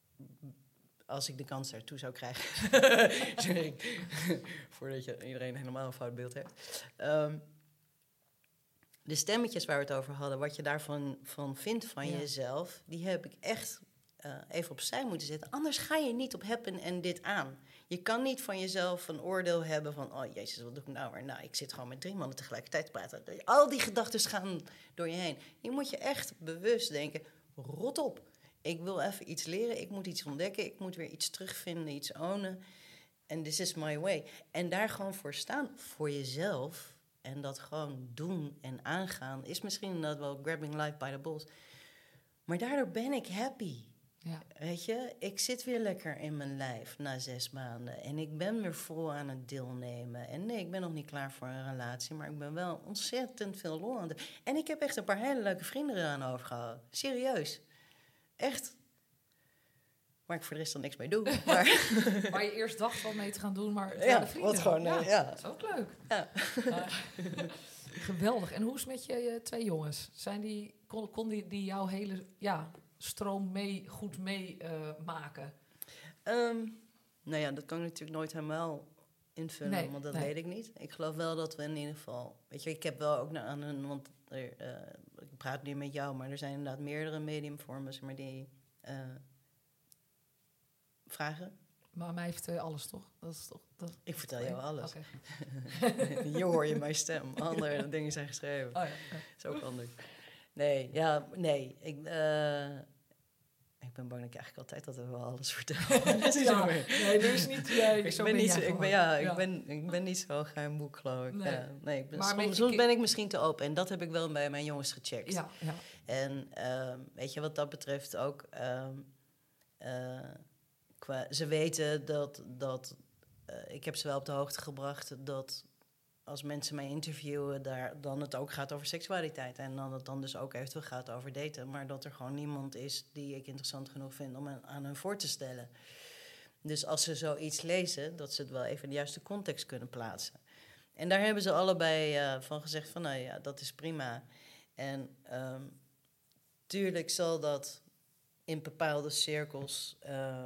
Als ik de kans daartoe zou krijgen. Sorry. Voordat je iedereen helemaal een fout beeld hebt. Um, de stemmetjes waar we het over hadden... wat je daarvan van vindt van ja. jezelf... die heb ik echt uh, even opzij moeten zetten. Anders ga je niet op hebben en dit aan. Je kan niet van jezelf een oordeel hebben van... oh jezus, wat doe ik nou weer? Nou, ik zit gewoon met drie mannen tegelijkertijd te praten. Al die gedachten gaan door je heen. Je moet je echt bewust denken... rot op. Ik wil even iets leren, ik moet iets ontdekken... ik moet weer iets terugvinden, iets ownen. En this is my way. En daar gewoon voor staan, voor jezelf. En dat gewoon doen en aangaan. Is misschien dat wel grabbing life by the balls. Maar daardoor ben ik happy. Ja. Weet je, ik zit weer lekker in mijn lijf na zes maanden. En ik ben weer vol aan het deelnemen. En nee, ik ben nog niet klaar voor een relatie. Maar ik ben wel ontzettend veel lol aan het... En ik heb echt een paar hele leuke vrienden eraan overgehouden. Serieus. Echt. Waar ik voor de rest dan niks mee doe. Maar waar je eerst dacht wat mee te gaan doen, maar het ja, waren vrienden. wat gewoon, ja, ja. Dat is ook leuk. Ja. Uh, geweldig. En hoe is het met je, je twee jongens? Zijn die, kon, kon die, die jouw hele ja, stroom mee, goed mee uh, maken? Um, nou ja, dat kan ik natuurlijk nooit helemaal invullen, nee, want dat nee. weet ik niet. Ik geloof wel dat we in ieder geval... Weet je, ik heb wel ook naar aan een... Want er, uh, ik praat nu met jou, maar er zijn inderdaad meerdere mediumvormen, zeg maar, die uh, vragen. Maar mij vertel je alles, toch? Dat is toch dat... Ik vertel jou alles. Okay. Hier hoor je mijn stem. Andere dingen zijn geschreven. Oh, ja, ja. Dat is ook handig. Nee, ja, nee. Ik, uh, ik ben bang dat ik eigenlijk altijd dat we wel alles vertel. Dat is ja, nee, er is niet... Ja, ik, zo ben ben niet, jij ik, ben, gewoon. ja, ja. ik, ben, ik ben niet zo geheim boek, geloof ik. Nee. Ja, nee, ik ben, Maar soms soms ki- ben ik misschien te open. En dat heb ik wel bij mijn jongens gecheckt. Ja, ja. En um, weet je, wat dat betreft ook... Um, uh, qua, ze weten dat... dat uh, ik heb ze wel op de hoogte gebracht dat... als mensen mij interviewen, daar dan het ook gaat over seksualiteit. En dan het dan dus ook eventueel gaat over daten. Maar dat er gewoon niemand is die ik interessant genoeg vind om aan hen voor te stellen. Dus als ze zoiets lezen, dat ze het wel even in de juiste context kunnen plaatsen. En daar hebben ze allebei uh, van gezegd van, nou ja, dat is prima. En um, tuurlijk zal dat in bepaalde cirkels... Uh,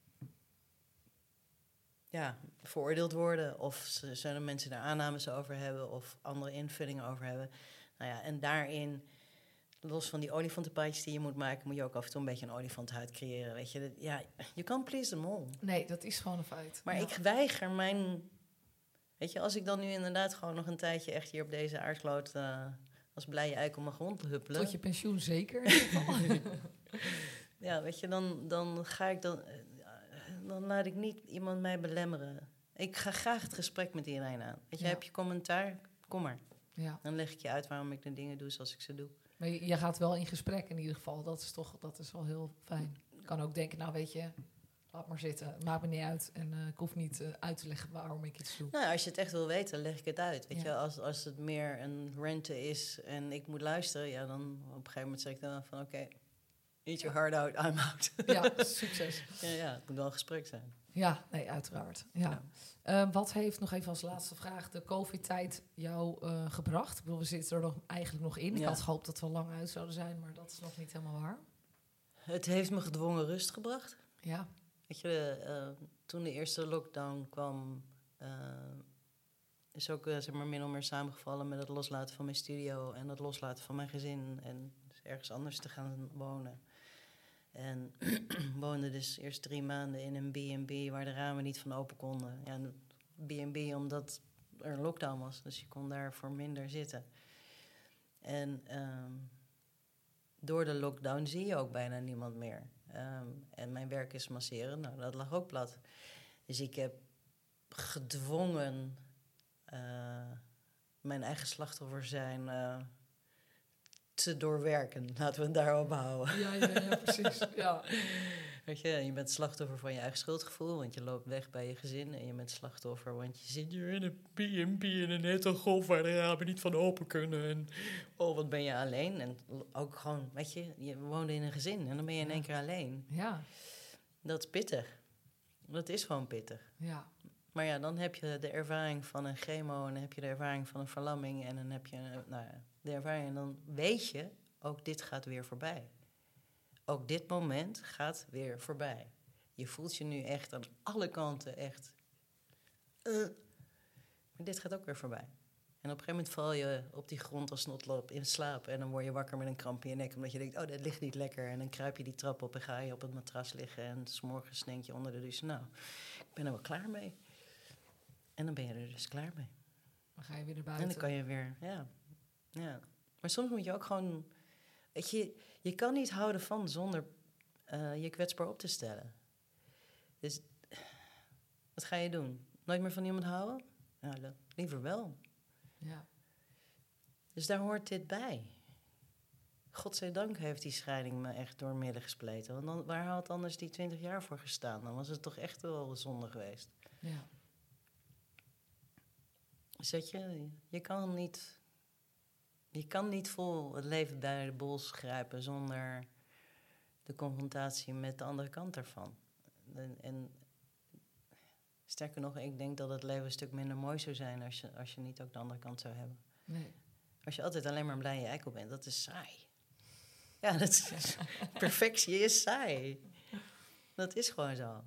ja, veroordeeld worden. Of ze, zullen mensen daar aannames over hebben of andere invullingen over hebben. Nou ja, en daarin, los van die olifantenpaadjes die je moet maken, moet je ook af en toe een beetje een olifantenhuid creëren. Weet je, ja, you can't please them all. Nee, dat is gewoon een feit. Maar ja. ik weiger mijn... Weet je, als ik dan nu inderdaad gewoon nog een tijdje echt hier op deze aardkloot uh, als blije eikel mag rondhuppelen. Tot je pensioen zeker, in ieder geval. Ja, weet je, dan, dan ga ik dan... Dan laat ik niet iemand mij belemmeren. Ik ga graag het gesprek met iedereen aan. Weet je, ja. heb je commentaar? Kom maar. Ja. Dan leg ik je uit waarom ik de dingen doe zoals ik ze doe. Maar je, je gaat wel in gesprek in ieder geval. Dat is toch, dat is wel heel fijn. Ik kan ook denken, nou weet je, laat maar zitten. Maakt me niet uit. En uh, ik hoef niet uh, uit te leggen waarom ik iets doe. Nou, als je het echt wil weten, leg ik het uit. Weet ja. je, als, als het meer een rente is en ik moet luisteren, ja, dan op een gegeven moment zeg ik dan van oké, okay, eat your heart out, I'm out. Ja, succes. Ja, ja, het moet wel een gesprek zijn. Ja, nee, uiteraard. Ja. Ja. Uh, wat heeft nog even als laatste vraag de COVID-tijd jou uh, gebracht? Ik bedoel, we zitten er nog, eigenlijk nog in. Ik ja. had gehoopt dat we lang uit zouden zijn, maar dat is nog niet helemaal waar. Het heeft me gedwongen rust gebracht. Ja. Weet je, uh, toen de eerste lockdown kwam, uh, is ook uh, zeg maar min of meer samengevallen met het loslaten van mijn studio en het loslaten van mijn gezin en ergens anders te gaan wonen. En woonde dus eerst drie maanden in een B en B waar de ramen niet van open konden. Ja, B en B omdat er een lockdown was, dus je kon daar voor minder zitten. En um, door de lockdown zie je ook bijna niemand meer. Um, en mijn werk is masseren, nou dat lag ook plat. Dus ik heb gedwongen uh, mijn eigen slachtoffer zijn... Uh, te doorwerken. Laten we het daarop houden. Ja, ja, ja, precies. Ja. Weet je, je bent slachtoffer van je eigen schuldgevoel, want je loopt weg bij je gezin. En je bent slachtoffer, want je zit hier in een B en B in een nette golf waar de ramen niet van open kunnen. En oh, wat ben je alleen. En ook gewoon, weet je, je woonde in een gezin en dan ben je in één keer alleen. Ja. Dat is pittig. Dat is gewoon pittig. Ja. Maar ja, dan heb je de ervaring van een chemo en dan heb je de ervaring van een verlamming en dan heb je, nou ja, de ervaring en dan weet je, ook dit gaat weer voorbij. Ook dit moment gaat weer voorbij. Je voelt je nu echt aan alle kanten echt, uh, maar dit gaat ook weer voorbij. En op een gegeven moment val je op die grond als snotlap in slaap en dan word je wakker met een kramp in je nek omdat je denkt, oh, dat ligt niet lekker. En dan kruip je die trap op en ga je op het matras liggen en 's morgens denk je onder de douche, nou, ik ben er wel klaar mee. En dan ben je er dus klaar mee. Dan ga je weer naar buiten. En dan kan je weer, ja. ja. Maar soms moet je ook gewoon... Weet je, je kan niet houden van zonder uh, je kwetsbaar op te stellen. Dus dat Wat ga je doen? Nooit meer van iemand houden? Nou, dat, liever wel. Ja. Dus daar hoort dit bij. Godzijdank heeft die scheiding me echt doormidden gespleten. Want dan, waar had anders die twintig jaar voor gestaan? Dan was het toch echt wel zonde geweest. Ja. Zet je, je kan niet... Je kan niet vol het leven bij de bols grijpen zonder de confrontatie met de andere kant ervan. En, en sterker nog, ik denk dat het leven een stuk minder mooi zou zijn als je, als je niet ook de andere kant zou hebben. Nee. Als je altijd alleen maar blij in je eikel bent, dat is saai. Ja, dat is, perfectie is saai. Dat is gewoon zo.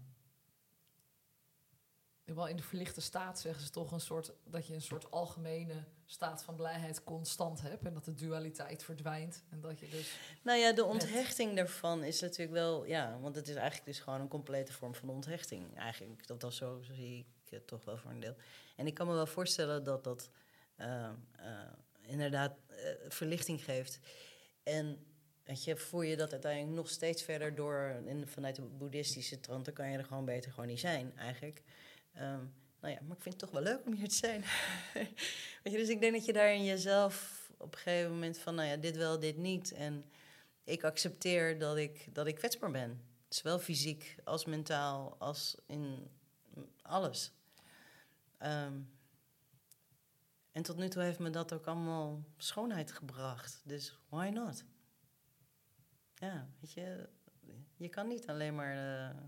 Wel in de verlichte staat zeggen ze toch een soort dat je een soort algemene staat van blijheid constant hebt en dat de dualiteit verdwijnt en dat je dus. Nou ja, de onthechting daarvan is natuurlijk wel, ja, want het is eigenlijk dus gewoon een complete vorm van onthechting. Eigenlijk, dat was zo, zo zie ik het toch wel voor een deel. En ik kan me wel voorstellen dat dat uh, uh, inderdaad uh, verlichting geeft. En weet je, voer je dat uiteindelijk nog steeds verder door in, vanuit de boeddhistische trant, dan kan je er gewoon beter gewoon niet zijn, eigenlijk. Um, nou ja, maar ik vind het toch wel leuk om hier te zijn. Weet je, dus ik denk dat je daar in jezelf op een gegeven moment van, nou ja, dit wel, dit niet. En ik accepteer dat ik, dat ik kwetsbaar ben. Zowel fysiek als mentaal, als in alles. Um, en tot nu toe heeft me dat ook allemaal schoonheid gebracht. Dus why not? Ja, weet je, je kan niet alleen maar... Uh,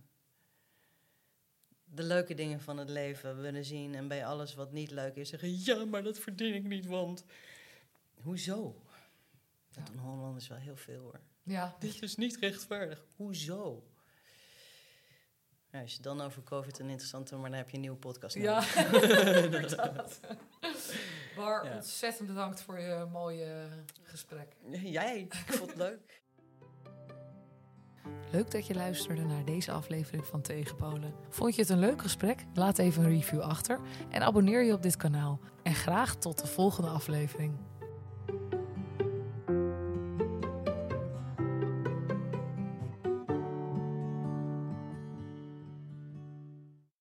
de leuke dingen van het leven willen zien en bij alles wat niet leuk is zeggen, ja, maar dat verdien ik niet, want... Hoezo? Ja. Dat doen Hollanders wel heel veel, hoor. Ja. Dit is niet rechtvaardig. Hoezo? Ja, als je dan over COVID een interessante, maar dan heb je een nieuwe podcast nodig. Ja, inderdaad. Bar, ja. Ontzettend bedankt voor je mooie gesprek. Jij, ik vond het leuk. Leuk dat je luisterde naar deze aflevering van Tegenpolen. Vond je het een leuk gesprek? Laat even een review achter en abonneer je op dit kanaal. En graag tot de volgende aflevering.